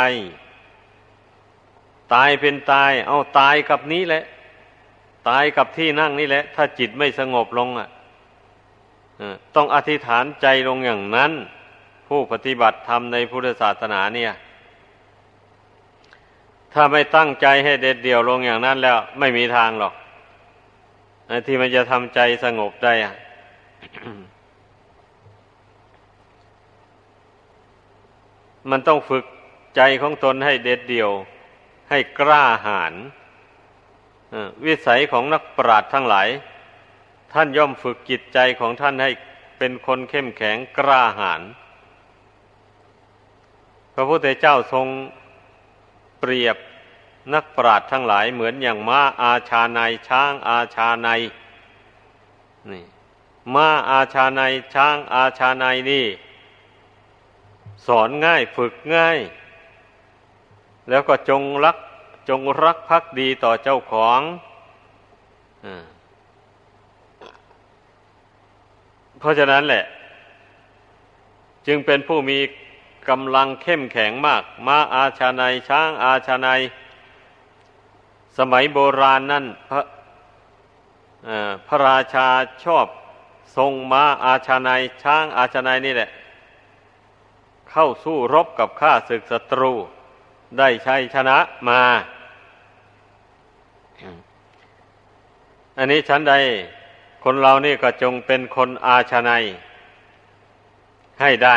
ตายเป็นตายเอาตายกับนี้แหละตายกับที่นั่งนี่แหละถ้าจิตไม่สงบลงอ่ะต้องอธิษฐานใจลงอย่างนั้นผู้ปฏิบัติธรรมในพุทธศาสนาเนี่ยถ้าไม่ตั้งใจให้เด็ดเดี่ยวลงอย่างนั้นแล้วไม่มีทางหรอกที่มันจะทำใจสงบได้อ่ะ มันต้องฝึกใจของตนให้เด็ดเดี่ยวให้กล้าหาญวิสัยของนักปราชญ์ทั้งหลายท่านย่อมฝึกจิตใจของท่านให้เป็นคนเข้มแข็งกล้าหาญพระพุทธเจ้าทรงเปรียบนักปราชญ์ทั้งหลายเหมือนอย่างม้าอาชาไนช้างอาชาไนนี่ม้าอาชาไนช้างอาชาไนนี่สอนง่ายฝึกง่ายแล้วก็จงรักจงรักภักดีต่อเจ้าของเพราะฉะนั้นแหละจึงเป็นผู้มีกำลังเข้มแข็งมากม้าอาชาไนช้างอาชาไนสมัยโบราณนั่นพระพระราชาชอบทรงม้าอาชาไนช้างอาชาไนนี่แหละเข้าสู้รบกับข้าศึกศัตรูได้ชัยชนะมาอันนี้ฉันใดคนเรานี่ก็จงเป็นคนอาชาไนให้ได้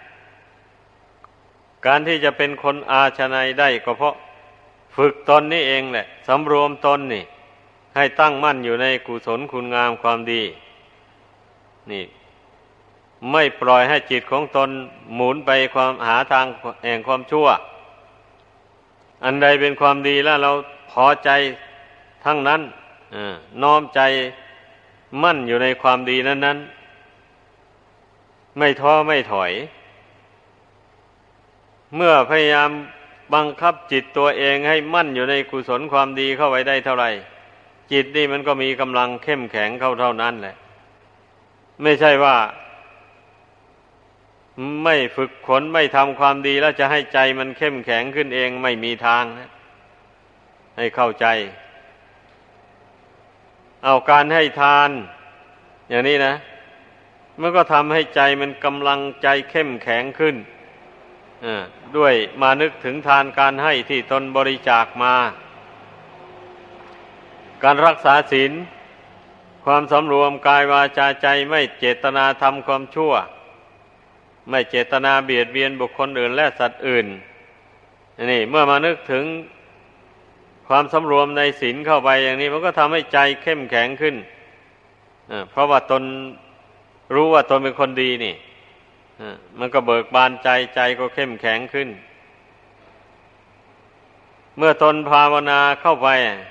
การที่จะเป็นคนอาชาไนได้ก็เพราะฝึกตนนี่เองแหละสำรวมตนนี่ให้ตั้งมั่นอยู่ในกุศลคุณงามความดีนี่ไม่ปล่อยให้จิตของตนหมุนไปความหาทางแห่งความชั่วอันใดเป็นความดีแล้วเราพอใจทั้งนั้นน้อมใจมั่นอยู่ในความดีนั้นๆไม่ท้อไม่ถอยเมื่อพยายามบังคับจิตตัวเองให้มั่นอยู่ในกุศลความดีเข้าไว้ได้เท่าไหร่จิตนี่มันก็มีกำลังเข้มแข็งเข้าเท่านั้นแหละไม่ใช่ว่าไม่ฝึกฝนไม่ทำความดีแล้วจะให้ใจมันเข้มแข็งขึ้นเองไม่มีทางนะให้เข้าใจเอาการให้ทานอย่างนี้นะมันก็ทำให้ใจมันกำลังใจเข้มแข็งขึ้นด้วยมานึกถึงทานการให้ที่ตนบริจาคมาการรักษาศีลความสำรวมกายวาจาใจไม่เจตนาทำความชั่วไม่เจตนาเบียดเบียนบุคคลอื่นและสัตว์อื่นนี่เมื่อมานึกถึงความสำรวมในศีลเข้าไปอย่างนี้มันก็ทำให้ใจเข้มแข็งขึ้นเพราะว่าตนรู้ว่าตนเป็นคนดีนี่มันก็เบิกบานใจใจก็เข้มแข็งขึ้นเมื่อตนภาวนาเข้าไป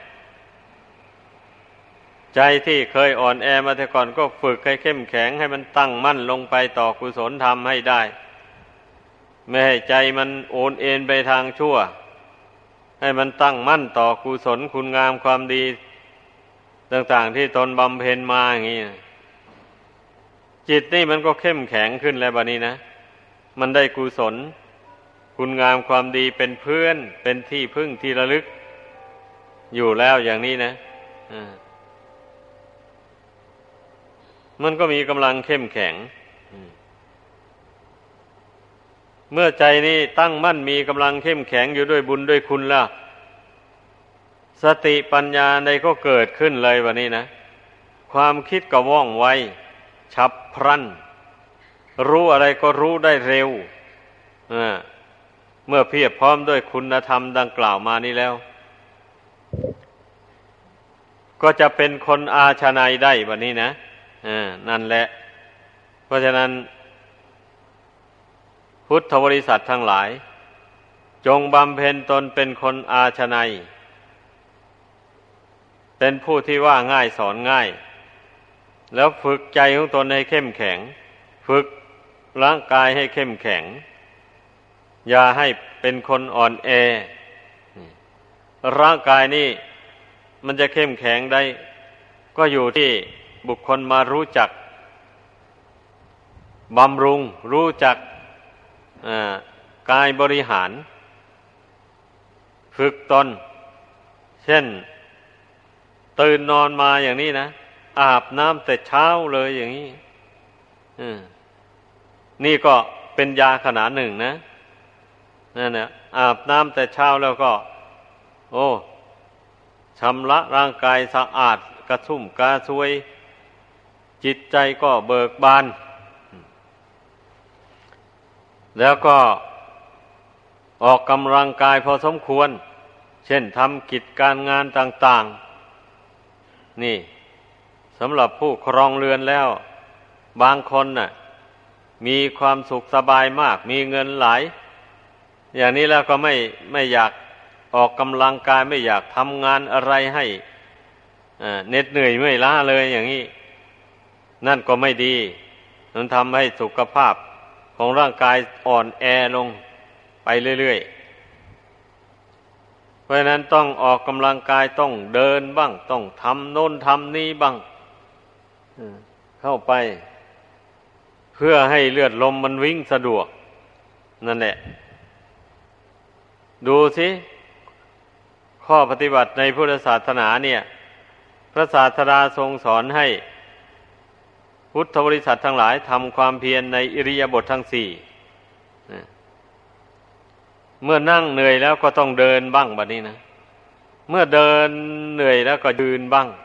ใจที่เคยอ่อนแอมาแต่ก่อนก็ฝึกให้เข้มแข็งให้มันตั้งมั่นลงไปต่อกุศลธรรมให้ได้ไม่ให้ใจมันโอนเอ็นไปทางชั่วให้มันตั้งมั่นต่อกุศลคุณงามความดีต่างๆที่ตนบำเพ็ญมาอย่างนี้จิตนี่มันก็เข้มแข็งขึ้นแล้วบัดนี้นะมันได้กุศลคุณงามความดีเป็นเพื่อนเป็นที่พึ่งที่ระลึกอยู่แล้วอย่างนี้นะอ่ามันก็มีกำลังเข้มแข็งเมื่อใจนี้ตั้งมั่นมีกำลังเข้มแข็งอยู่ด้วยบุญด้วยคุณแล้วสติปัญญาใดก็เกิดขึ้นเลยวันนี้นะความคิดก็ว่องไวฉับพลันรู้อะไรก็รู้ได้เร็วเมื่อเพียบพร้อมด้วยคุณธรรมดังกล่าวมานี้แล้วก็จะเป็นคนอาชนัยได้วันนี้นะนั่นแหละเพราะฉะนั้นพุทธบริษัททั้งหลายจงบำเพ็ญตนเป็นคนอาชนัยเป็นผู้ที่ว่าง่ายสอนง่ายแล้วฝึกใจของตนให้เข้มแข็งฝึกร่างกายให้เข้มแข็งอย่าให้เป็นคนอ่อนแอร่างกายนี่มันจะเข้มแข็งได้ก็อยู่ที่บุคคลมารู้จักบำรุงรู้จักกายบริหารฝึกตนเช่นตื่นนอนมาอย่างนี้นะอาบน้ำแต่เช้าเลยอย่างนี้นี่ก็เป็นยาขนาดหนึ่งนะนั่นแหละอาบน้ำแต่เช้าแล้วก็โอ้ชำระร่างกายสะอาดกระชุ่มกระชวยจิตใจก็เบิกบานแล้วก็ออกกำลังกายพอสมควรเช่นทำกิจการงานต่างๆนี่สำหรับผู้ครองเรือนแล้วบางคนน่ะมีความสุขสบายมากมีเงินหลายอย่างนี้แล้วก็ไม่ไม่อยากออกกำลังกายไม่อยากทำงานอะไรให้เหน็ดเหนื่อยเมื่อยล้าเลยอย่างนี้นั่นก็ไม่ดีมันทำให้สุขภาพของร่างกายอ่อนแอลงไปเรื่อยๆเพราะฉะนั้นต้องออกกำลังกายต้องเดินบ้างต้องทำโน่นทำนี้บ้างเข้าไปเพื่อให้เลือดลมมันวิ่งสะดวกนั่นแหละดูสิข้อปฏิบัติในพุทธศาสนาเนี่ยพระศาสดาทรงสอนให้พุทธบริษัททั้งหลายทำความเพียรในอิริยาบถททั้งสี่เมื่อนั่งเหนื่อยแล้วก็ต้องเดินบ้างบัดนี้นะเมื่อเดินเหนื่อยแล้วก็ยืนบ้าง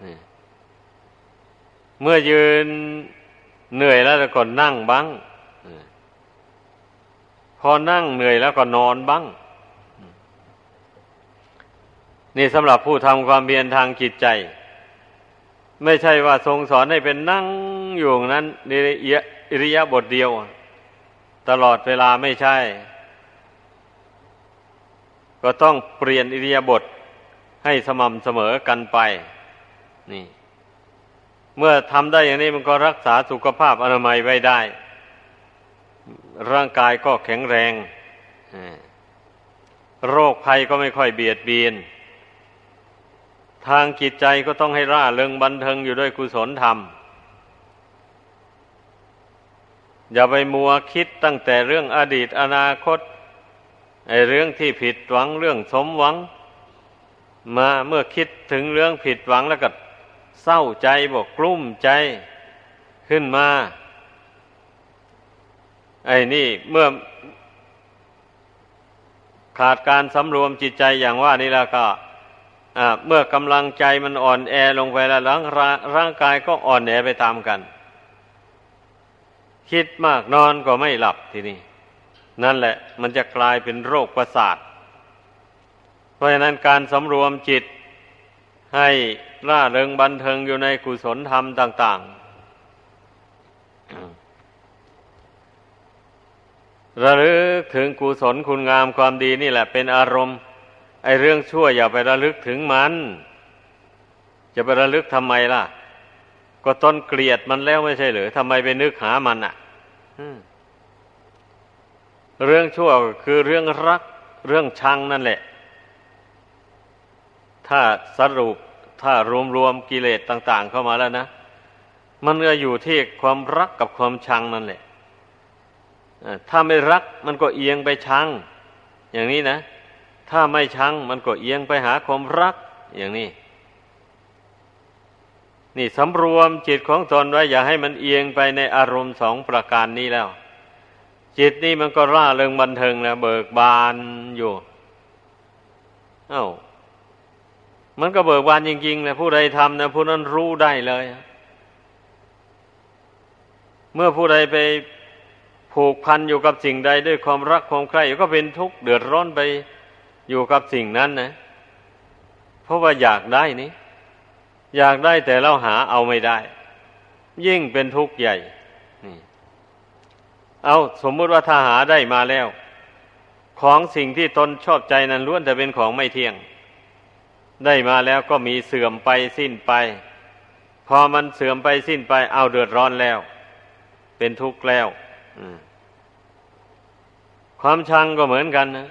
เมื่อยืนเหนื่อยแล้วก็นั่งบ้างพอนั่งเหนื่อยแล้วก็นอนบ้างนี่สำหรับผู้ทำความเพียรทางจิตใจไม่ใช่ว่าทรงสอนให้เป็นนั่งอยู่นั้นในอิริยาบถเดียวตลอดเวลาไม่ใช่ก็ต้องเปลี่ยนอิริยาบถให้สม่ำเสมอกันไปนี่เมื่อทำได้อย่างนี้มันก็รักษาสุขภาพอนามัยไว้ได้ร่างกายก็แข็งแรงโรคภัยก็ไม่ค่อยเบียดเบียนทางจิตใจก็ต้องให้ร่าเริงบันเทิงอยู่ด้วยกุศลธรรมอย่าไปมัวคิดตั้งแต่เรื่องอดีตอนาคตไอ้เรื่องที่ผิดหวังเรื่องสมหวังมาเมื่อคิดถึงเรื่องผิดหวังแล้วก็เศร้าใจบอกกลุ้มใจขึ้นมาไอ้นี่เมื่อขาดการสำรวมจิตใจอย่างว่านี่แล้วก็เมื่อกำลังใจมันอ่อนแอลงไปแล้วร่างร่างกายก็อ่อนแอไปตามกันคิดมากนอนก็ไม่หลับทีนี้นั่นแหละมันจะกลายเป็นโรคประสาทเพราะฉะนั้นการสำรวมจิตให้ร่าเริงบันเทิงอยู่ในกุศลธรรมต่างๆระลึกถึงกุศลคุณงามความดีนี่แหละเป็นอารมณ์ไอ้เรื่องชั่วอย่าไประลึกถึงมันจะไประลึกทำไมล่ะก็ต้นเกลียดมันแล้วไม่ใช่หรือทำไมไปนึกหามันอ่ะเรื่องชั่วคือเรื่องรักเรื่องชังนั่นแหละถ้าสรุปถ้ารวมๆกิเลสต่างๆเข้ามาแล้วนะมันก็อยู่ที่ความรักกับความชังนั่นแหละถ้าไม่รักมันก็เอียงไปชังอย่างนี้นะถ้าไม่ชังมันก็เอียงไปหาความรักอย่างนี้นี่สำรวมจิตของตนไว้อย่าให้มันเอียงไปในอารมณ์สองประการนี้แล้วจิตนี่มันก็ร่าเริงบันเทิงแล้วเบิกบานอยู่เอ้ามันก็เบิกบานจริงๆนะผู้ใดทำนะผู้นั้นรู้ได้เลยเมื่อผู้ใดไปผูกพันอยู่กับสิ่งใดด้วยความรักความใคร่ก็เป็นทุกข์เดือดร้อนไปอยู่กับสิ่งนั้นนะเพราะว่าอยากได้นี่อยากได้แต่เราหาเอาไม่ได้ยิ่งเป็นทุกข์ใหญ่นี่เอาสมมุติว่าถ้าหาได้มาแล้วของสิ่งที่ตนชอบใจนั้นล้วนแต่เป็นของไม่เที่ยงได้มาแล้วก็มีเสื่อมไปสิ้นไปพอมันเสื่อมไปสิ้นไปเอาเดือดร้อนแล้วเป็นทุกข์แล้วความชังก็เหมือนกันนะ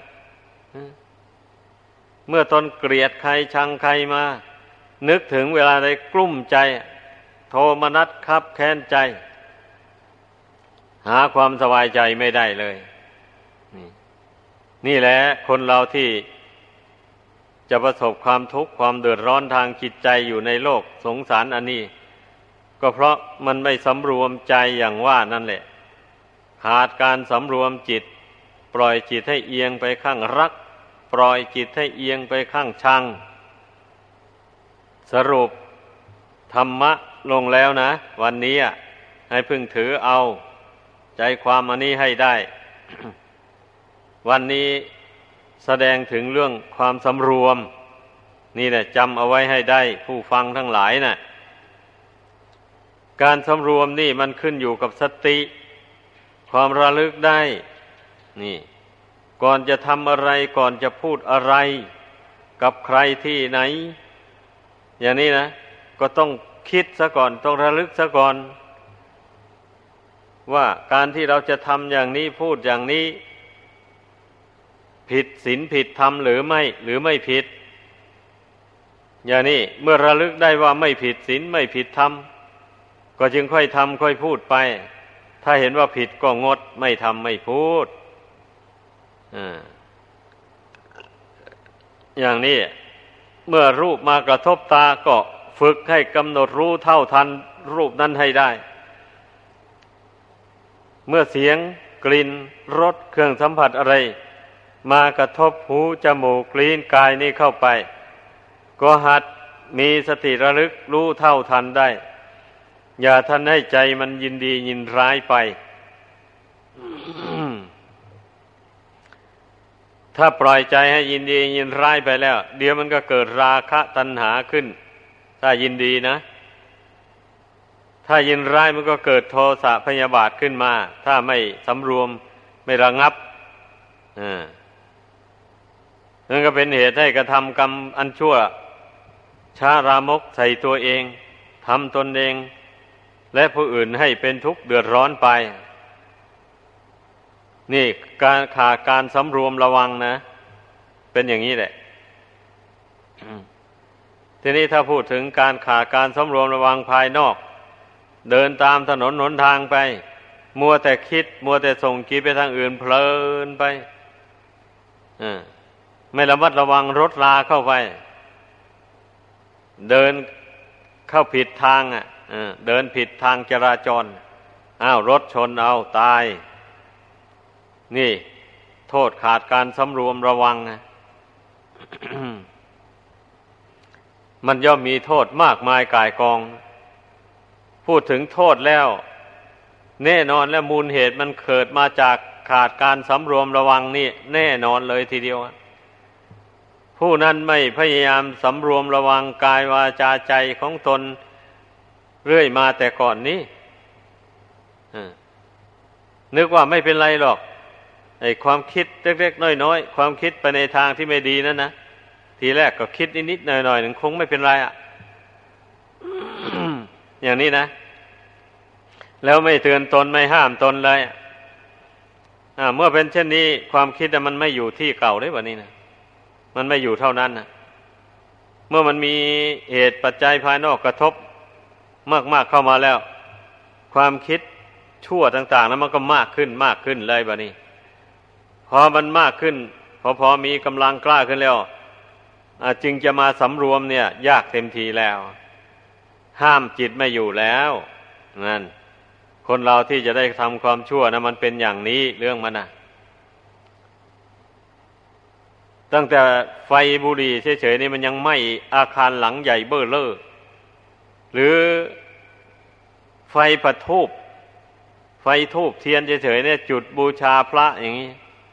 เมื่อตนเกลียดใครชังใครมานึกถึงเวลาใดกลุ้มใจโทมนัสคับแค้นใจหาความสบายใจไม่ได้เลยนี่นี่แหละคนเราที่จะประสบความทุกข์ความเดือดร้อนทางจิตใจอยู่ในโลกสงสารอันนี้ก็เพราะมันไม่สำรวมใจอย่างว่านั่นแหละขาดการสำรวมจิตปล่อยจิตให้เอียงไปข้างรักปล่อยจิตให้เอียงไปข้างชังสรุปธรรมะลงแล้วนะวันนี้ให้พึงถือเอาใจความอันนี้ให้ได้ วันนี้แสดงถึงเรื่องความสำรวมนี่แหละจำเอาไว้ให้ได้ผู้ฟังทั้งหลายนะ่ะการสำรวมนี่มันขึ้นอยู่กับสติความระลึกได้นี่ก่อนจะทำอะไรก่อนจะพูดอะไรกับใครที่ไหนอย่างนี้นะก็ต้องคิดซะก่อนต้องระลึกซะก่อนว่าการที่เราจะทำอย่างนี้พูดอย่างนี้ผิดศีลผิดธรรมหรือไม่หรือไม่ผิดอย่างนี้เมื่อระลึกได้ว่าไม่ผิดศีลไม่ผิดธรรมก็จึงค่อยทำค่อยพูดไปถ้าเห็นว่าผิดก็งดไม่ทำไม่พูดอ่าอย่างนี้เมื่อรูปมากระทบตาก็ฝึกให้กำหนดรู้เท่าทันรูปนั้นให้ได้เมื่อเสียงกลิ่นรสเครื่องสัมผัสอะไรมากระทบหูจมูกลิ้นกายนี้เข้าไปก็หัดมีสติระลึกรู้เท่าทันได้อย่าทันให้ใจมันยินดียินร้ายไป ถ้าปล่อยใจให้ยินดียินร้ายไปแล้วเดี๋ยวมันก็เกิดราคะตัณหาขึ้นถ้ายินดีนะถ้ายินร้ายมันก็เกิดโทสะพยาบาทขึ้นมาถ้าไม่สำรวมไม่ระงับอ่านั่นก็เป็นเหตุให้กระทำกรรมอันชั่วช้ารามกใส่ตัวเองทำตนเองและผู้อื่นให้เป็นทุกข์เดือดร้อนไปนี่การขาดการสำรวมระวังนะเป็นอย่างนี้แหละทีนี้ถ้าพูดถึงการขาดการสำรวมระวังภายนอกเดินตามถนนหนทางไปมัวแต่คิดมัวแต่ส่งจิตไปทางอื่นเพลินไปไม่ระมัดระวังรถราเข้าไปเดินเข้าผิดทางอ่ะเดินผิดทางจราจรอ้าวรถชนเอาตายนี่โทษขาดการสำรวมระวังนะ มันย่อมมีโทษมากมายก่ายกองพูดถึงโทษแล้วแน่นอนและมูลเหตุมันเกิดมาจากขาดการสำรวมระวังนี่แน่นอนเลยทีเดียวผู้นั้นไม่พยายามสำรวมระวังกายวาจาใจของตนเรื่อยมาแต่ก่อนนี้นึกว่าไม่เป็นไรหรอกไอ้ความคิดเล็กๆน้อยๆความคิดไปในทางที่ไม่ดีนั่นนะทีแรกก็คิดนิดๆหน่อยๆหนึ่งคงไม่เป็นไรอ่ะ อย่างนี้นะแล้วไม่เตือนตนไม่ห้ามตนเลยอ่าเมื่อเป็นเช่นนี้ความคิดมันไม่อยู่ที่เก่าได้แบบนี้นะมันไม่อยู่เท่านั้นนะเมื่อมันมีเหตุปัจจัยภายนอกกระทบมากๆเข้ามาแล้วความคิดชั่วต่างๆนั้นมันก็มากขึ้นมากขึ้นเลยแบบนี้พอมันมากขึ้นพอพอมีกำลังกล้าขึ้นแล้วจึงจะมาสำรวมเนี่ยยากเต็มทีแล้วห้ามจิตไม่อยู่แล้วนั่นคนเราที่จะได้ทำความชั่วนะมันเป็นอย่างนี้เรื่องมันนะตั้งแต่ไฟบุหรี่เฉยๆนี่มันยังไหม้อาคารหลังใหญ่เบ้อเร่อหรือไฟประทูปไฟทูปเทียนเฉยๆเนี่ยจุดบูชาพระอย่างนี้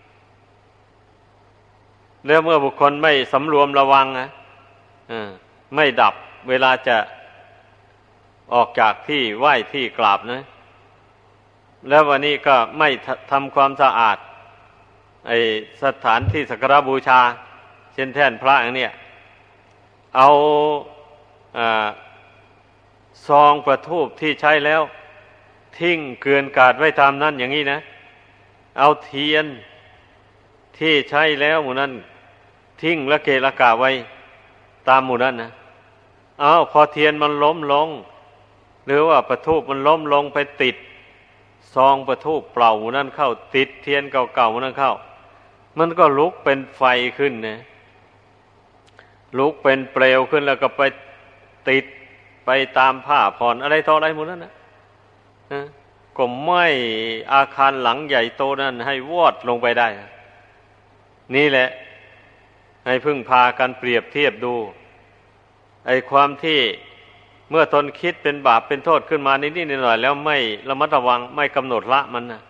แล้วเมื่อบุคคลไม่สำรวมระวังนะไม่ดับเวลาจะออกจากที่ไหว้ที่กราบนะแล้ววันนี้ก็ไม่ทำความสะอาดไอสถานที่สักการะบูชาเช่นแท่นพระอย่างเนี้ยเอาอ่าซองประทูปที่ใช้แล้วทิ้งเกลื่อนกาดไว้ตามนั้นอย่างนี้นะเอาเทียนที่ใช้แล้วหมู่นั้นทิ้งละเกะละกะไว้ตามหมู่นั้นนะเอาพอเทียนมันล้มลงหรือว่าประทูปมันล้มลงไปติดซองประทูปเปล่าหมู่นั้นเข้าติดเทียนเก่าๆหมู่นั้นเข้ามันก็ลุกเป็นไฟขึ้นนะลุกเป็นเปลวขึ้นแล้วก็ไปติดไปตามผ้าผ่อนอะไรต่ออะไรหมู่นั้นนะก็ไหม้อาคารหลังใหญ่โตนั้นให้วอดลงไปได้นี่แหละให้พึ่งพากันเปรียบเทียบดูไอ้ความที่เมื่อตนคิดเป็นบาปเป็นโทษขึ้นมานิดๆหน่อยๆแล้วไม่ระมัดระวังไม่กำหนดละมันนะ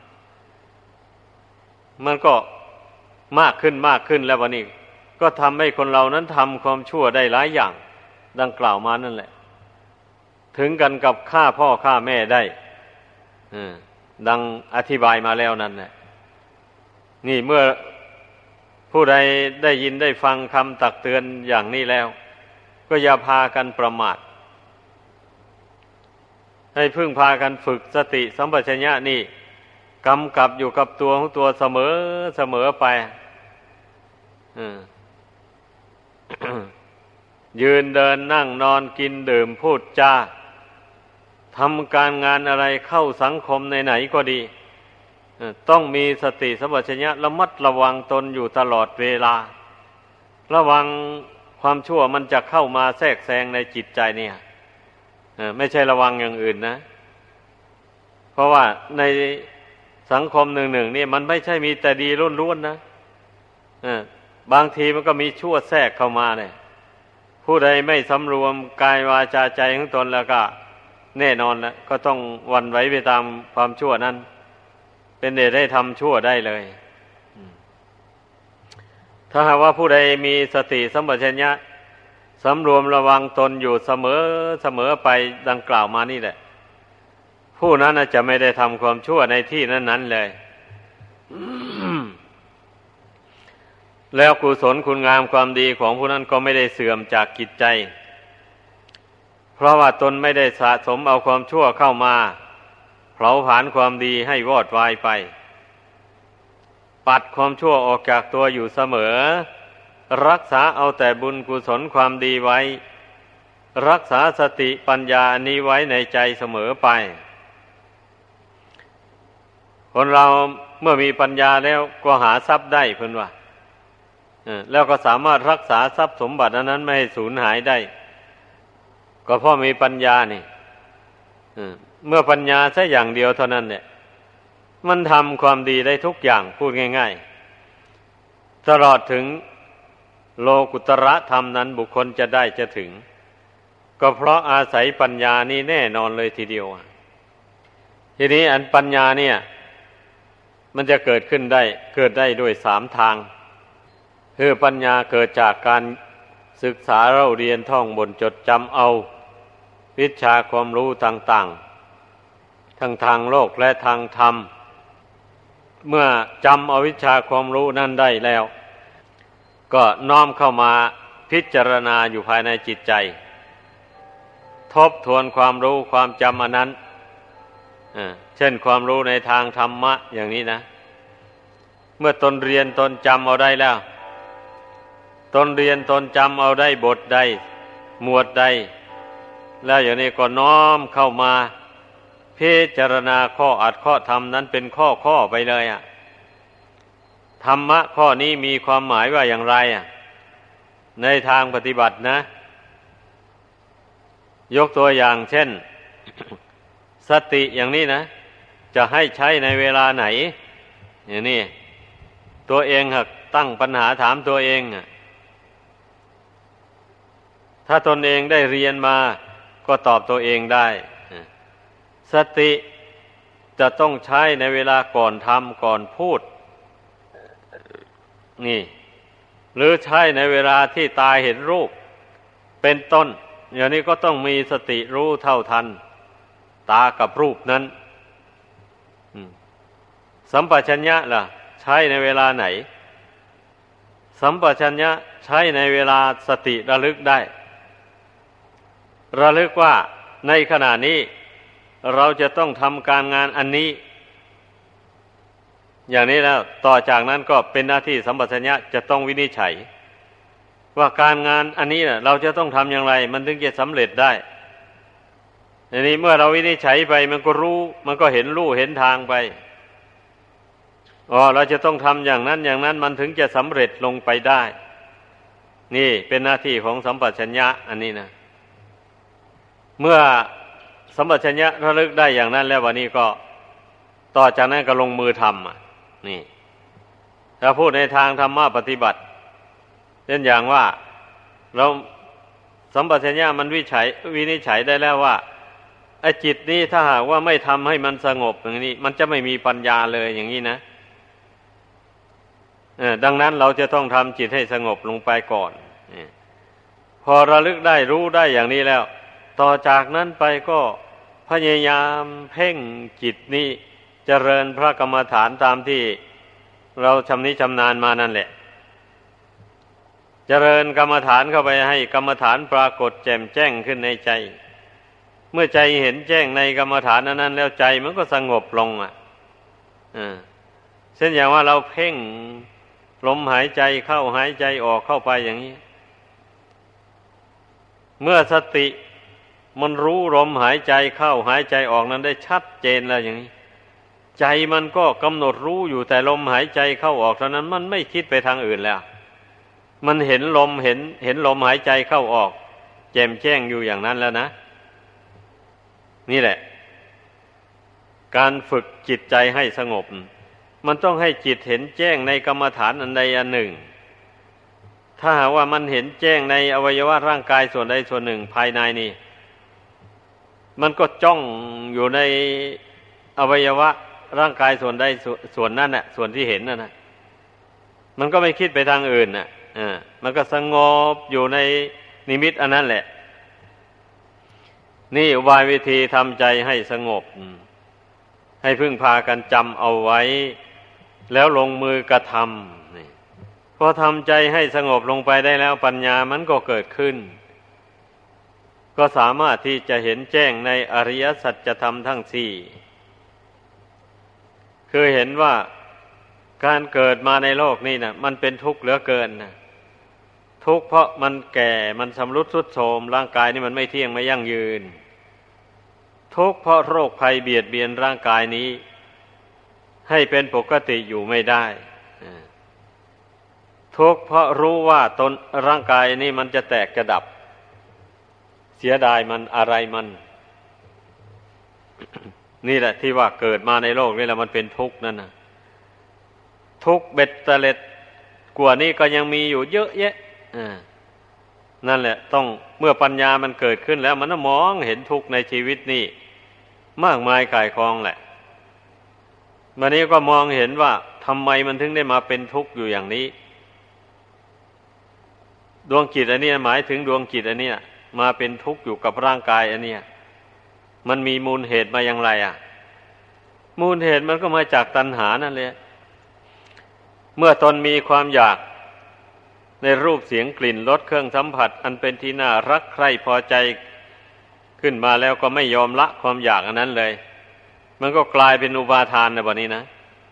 มันก็มากขึ้นมากขึ้นแล้ววันนี้ก็ทำให้คนเรานั้นทำความชั่วได้หลายอย่างดังกล่าวมานั่นแหละถึงกันกับฆ่าพ่อฆ่าแม่ได้ดังอธิบายมาแล้วนั่นแหละนี่เมื่อผู้ใดได้ยินได้ฟังคำตักเตือนอย่างนี้แล้วก็อย่าพากันประมาทให้พึ่งพากันฝึกสติสัมปชัญญะนี่กำกับอยู่กับตัวของตัวเสมอเสมอไปยืนเดินนั่งนอนกินดื่มพูดจาทำการงานอะไรเข้าสังคมในไหนก็ดีต้องมีสติสัมปชัญญะระมัดระวังตนอยู่ตลอดเวลาระวังความชั่วมันจะเข้ามาแทรกแซงในจิตใจเนี่ยไม่ใช่ระวังอย่างอื่นนะเพราะว่าในสังคมหนึ่งๆนี่มันไม่ใช่มีแต่ดีล้วนๆนะบางทีมันก็มีชั่วแทรกเข้ามาเนี่ยผู้ใดไม่สำรวมกายวาจาใจของตนแล้วก็แน่นอนแล้วก็ต้องหวั่นไหวไปตามความชั่วนั้นเป็นเหตุให้ทำชั่วได้เลยถ้าหากว่าผู้ใดมีสติสัมปชัญญะสำรวมระวังตนอยู่เสมอเสมอไปดังกล่าวมานี่แหละผู้นั้นจะไม่ได้ทำความชั่วในที่นั้นๆเลย แล้วกุศลคุณงามความดีของผู้นั้นก็ไม่ได้เสื่อมจากจิตใจเพราะว่าตนไม่ได้สะสมเอาความชั่วเข้ามาเผาผลาญความดีให้วอดวายไปปัดความชั่วออกจากตัวอยู่เสมอรักษาเอาแต่บุญกุศลความดีไว้รักษาสติปัญญานี้ไว้ในใจเสมอไปคนเราเมื่อมีปัญญาแล้วก็หาทรัพย์ได้เพิ่นว่าแล้วก็สามารถรักษาทรัพย์สมบัตินั้นไม่ให้สูญหายได้ก็เพราะมีปัญญานี่เมื่อปัญญาแค่อย่างเดียวเท่านั้นเนี่ยมันทำความดีได้ทุกอย่างพูดง่ายๆตลอดถึงโลกุตระธรรมนั้นบุคคลจะได้จะถึงก็เพราะอาศัยปัญญานี่แน่นอนเลยทีเดียวทีนี้อันปัญญาเนี่ยมันจะเกิดขึ้นได้เกิดได้ด้วยสามทางคือปัญญาเกิดจากการศึกษาเราเรียนท่องบนจดจำเอาวิชาความรู้ต่างๆทั้งทางโลกและทางธรรมเมื่อจำเอาวิชาความรู้นั้นได้แล้วก็น้อมเข้ามาพิจารณาอยู่ภายในจิตใจทบทวนความรู้ความจำอันนั้นเช่นความรู้ในทางธรรมะอย่างนี้นะเมื่อตนเรียนตนจำเอาได้แล้วตนเรียนตนจำเอาได้บทใดหมวดใดแล้วอย่างนี้ก็น้อมเข้ามาพิจารณาข้ออัดข้อธรรมนั้นเป็นข้อข้อไปเลยอ่ะธรรมะข้อนี้มีความหมายว่าอย่างไรอ่ะในทางปฏิบัตินะยกตัวอย่างเช่น สติอย่างนี้นะจะให้ใช้ในเวลาไหนอย่างนี้ตัวเองหากตั้งปัญหาถามตัวเองอ่ะถ้าตนเองได้เรียนมาก็ตอบตัวเองได้สติจะต้องใช้ในเวลาก่อนทำก่อนพูดนี่หรือใช้ในเวลาที่ตาเห็นรูปเป็นต้นอย่างนี้ก็ต้องมีสติรู้เท่าทันตากับรูปนั้นสัมปชัญญะล่ะใช้ในเวลาไหนสัมปชัญญะใช้ในเวลาสติระลึกได้ระลึกว่าในขณะนี้เราจะต้องทำการงานอันนี้อย่างนี้แล้วต่อจากนั้นก็เป็นหน้าที่สัมปชัญญะจะต้องวินิจฉัยว่าการงานอันนี้น่ะเราจะต้องทำอย่างไรมันถึงจะสำเร็จได้อันนี้เมื่อเราวินิจฉัยไปมันก็รู้มันก็เห็นรู้เห็นทางไปอ๋อเราจะต้องทำอย่างนั้นอย่างนั้นมันถึงจะสำเร็จลงไปได้นี่เป็นหน้าที่ของสัมปชัญญะอันนี้นะเมื่อสัมปชัญญะระลึกได้อย่างนั้นแล้ววันนี้ก็ต่อจากนั้นก็ลงมือทำอ่ะนี่ถ้าพูดในทางธรรมะปฏิบัติเช่นอย่างว่าเราสัมปชัญญะมันวิจัยวินิจฉัยได้แล้วว่าไอ้จิตนี้ถ้าหากว่าไม่ทำให้มันสงบอย่างนี้มันจะไม่มีปัญญาเลยอย่างนี้นะเออดังนั้นเราจะต้องทำจิตให้สงบลงไปก่อนพอระลึกได้รู้ได้อย่างนี้แล้วต่อจากนั้นไปก็พยายามเพ่งจิตนี้เจริญพระกรรมฐานตามที่เราชำนิชำนาญมานั่นแหละเจริญกรรมฐานเข้าไปให้กรรมฐานปรากฏแจ่มแจ้งขึ้นในใจเมื่อใจเห็นแจ้งในกรรมฐานนั้นแล้วใจมันก็สงบลงอ่ะอ่าเช่นอย่างว่าเราเพ่งลมหายใจเข้าหายใจออกเข้าไปอย่างนี้เมื่อสติมันรู้ลมหายใจเข้าหายใจออกนั้นได้ชัดเจนแล้วอย่างนี้ใจมันก็กำหนดรู้อยู่แต่ลมหายใจเข้าออกเท่านั้นมันไม่คิดไปทางอื่นแล้วมันเห็นลมเห็นเห็นลมหายใจเข้าออกแจ่มแจ้งอยู่อย่างนั้นแล้วนะนี่แหละการฝึกจิตใจให้สงบมันต้องให้จิตเห็นแจ้งในกรรมฐานอันใดอันหนึ่งถ้าหากว่ามันเห็นแจ้งในอวัยวะร่างกายส่วนใดส่วนหนึ่งภายในนี่มันก็จ้องอยู่ในอวัยวะร่างกายส่วนใดส่วนนั้นน่ะส่วนที่เห็นน่ะนะมันก็ไม่คิดไปทางอื่นน่ะอ่ามันก็สงบอยู่ในนิมิตอันนั้นแหละนี่อุบายวิธีทำใจให้สงบให้พึ่งพากันจำเอาไว้แล้วลงมือกระทำนี่พอทำใจให้สงบลงไปได้แล้วปัญญามันก็เกิดขึ้นก็สามารถที่จะเห็นแจ้งในอริยสัจธรรมทั้งสี่คือเห็นว่าการเกิดมาในโลกนี้นะมันเป็นทุกข์เหลือเกินนะทุกข์เพราะมันแก่มันชำรุดทรุดโทรมร่างกายนี่มันไม่เที่ยงไม่ยั่งยืนทุกข์เพราะโรคภัยเบียดเบียนร่างกายนี้ให้เป็นปกติอยู่ไม่ได้ทุกข์เพราะรู้ว่าตนร่างกายนี้มันจะแตกจะดับเสียดายมันอะไรมัน นี่แหละที่ว่าเกิดมาในโลกนี่แหละมันเป็นทุกข์นั่นนะทุกข์เบ็ดเตล็ดกว่านี้ก็ยังมีอยู่เยอะแยะนั่นแหละต้องเมื่อปัญญามันเกิดขึ้นแล้วมันมองเห็นทุกข์ในชีวิตนี่มากมายก่ายกองแหละวันนี้ก็มองเห็นว่าทำไมมันถึงได้มาเป็นทุกข์อยู่อย่างนี้ดวงจิตอันนี้หมายถึงดวงจิตอันนี้มาเป็นทุกข์อยู่กับร่างกายอันนี้มันมีมูลเหตุมาอย่างไรอ่ะมูลเหตุมันก็มาจากตัณหานั่นแหละเมื่อตนมีความอยากในรูปเสียงกลิ่นรสเครื่องสัมผัสอันเป็นที่น่ารักใคร่พอใจขึ้นมาแล้วก็ไม่ยอมละความอยากอันนั้นเลยมันก็กลายเป็นอุปาทานในวันนี้นะ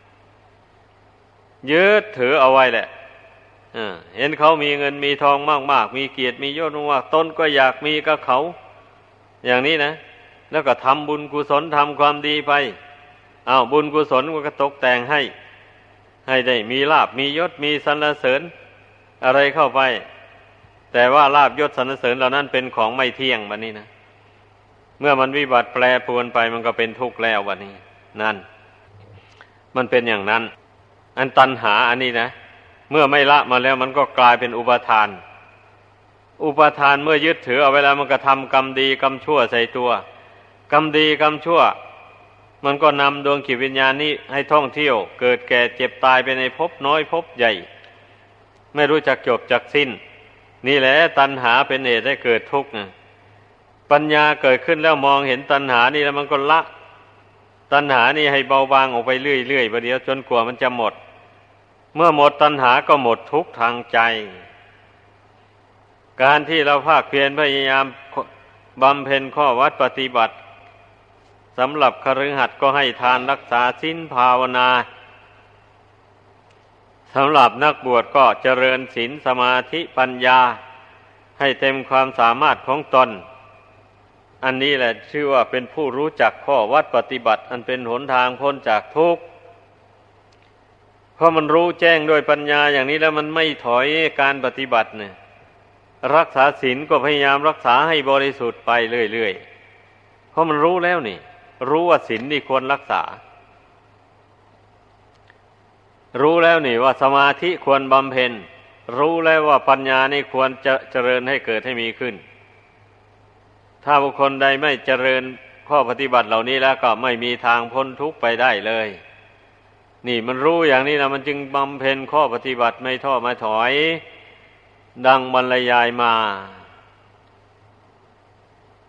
ยึดถือเอาไว้แหละเห็นเขามีเงินมีทองมากๆมีเกียรติมียศมากๆตนก็อยากมีกับเขาอย่างนี้นะแล้วก็ทำบุญกุศลทำความดีไปอ้าวบุญกุศลก็ตกแต่งให้ให้ได้มีลาภมียศมีสรรเสริญอะไรเข้าไปแต่ว่าลาภยศสรรเสริญเหล่านั้นเป็นของไม่เที่ยงบัดนี้นะเมื่อมันวิบัติแปรปรวนไปมันก็เป็นทุกข์แล้วบัดนี้นั่นมันเป็นอย่างนั้นอันตัณหาอันนี้นะเมื่อไม่ละมาแล้วมันก็กลายเป็นอุปาทานอุปาทานเมื่อยึดถือเอาไว้แล้วมันก็ทำกรรมดีกรรมชั่วใส่ตัวกรรมดีกรรมชั่วมันก็นำดวงจิตวิญญาณนี้ให้ท่องเที่ยวเกิดแก่เจ็บตายไปในภพน้อยภพใหญ่ไม่รู้จักจบจักสิ้นนี่แหละตัณหาเป็นเหตุให้เกิดทุกข์ปัญญาเกิดขึ้นแล้วมองเห็นตัณหานี่แล้วมันก็ละตัณหานี่ให้เบาบางออกไปเรื่อยๆประเดี๋ยวจนกว่ามันจะหมดเมื่อหมดตัณหาก็หมดทุกข์ทางใจการที่เราภาคเพียรพยายามบำเพ็ญข้อวัดปฏิบัติสำหรับคฤหัสถ์ก็ให้ทานรักษาศีลภาวนาสำหรับนักบวชก็เจริญศีลสมาธิปัญญาให้เต็มความสามารถของตนอันนี้แหละชื่อว่าเป็นผู้รู้จักข้อวัดปฏิบัติอันเป็นหนทางพ้นจากทุกข์เพราะมันรู้แจ้งด้วยปัญญาอย่างนี้แล้วมันไม่ถอยการปฏิบัติเนี่ยรักษาศีลก็พยายามรักษาให้บริสุทธิ์ไปเรื่อยๆเพราะมันรู้แล้วนี่รู้ว่าศีลนี่ควรรักษารู้แล้วนี่ว่าสมาธิควรบำเพ็ญรู้แล้วว่าปัญญานี่ควรจะเจริญให้เกิดให้มีขึ้นถ้าบุคคลใดไม่เจริญข้อปฏิบัติเหล่านี้แล้วก็ไม่มีทางพ้นทุกข์ไปได้เลยนี่มันรู้อย่างนี้นะมันจึงบำเพ็ญข้อปฏิบัติไม่ท้อไม่ถอยดังบรรยายมา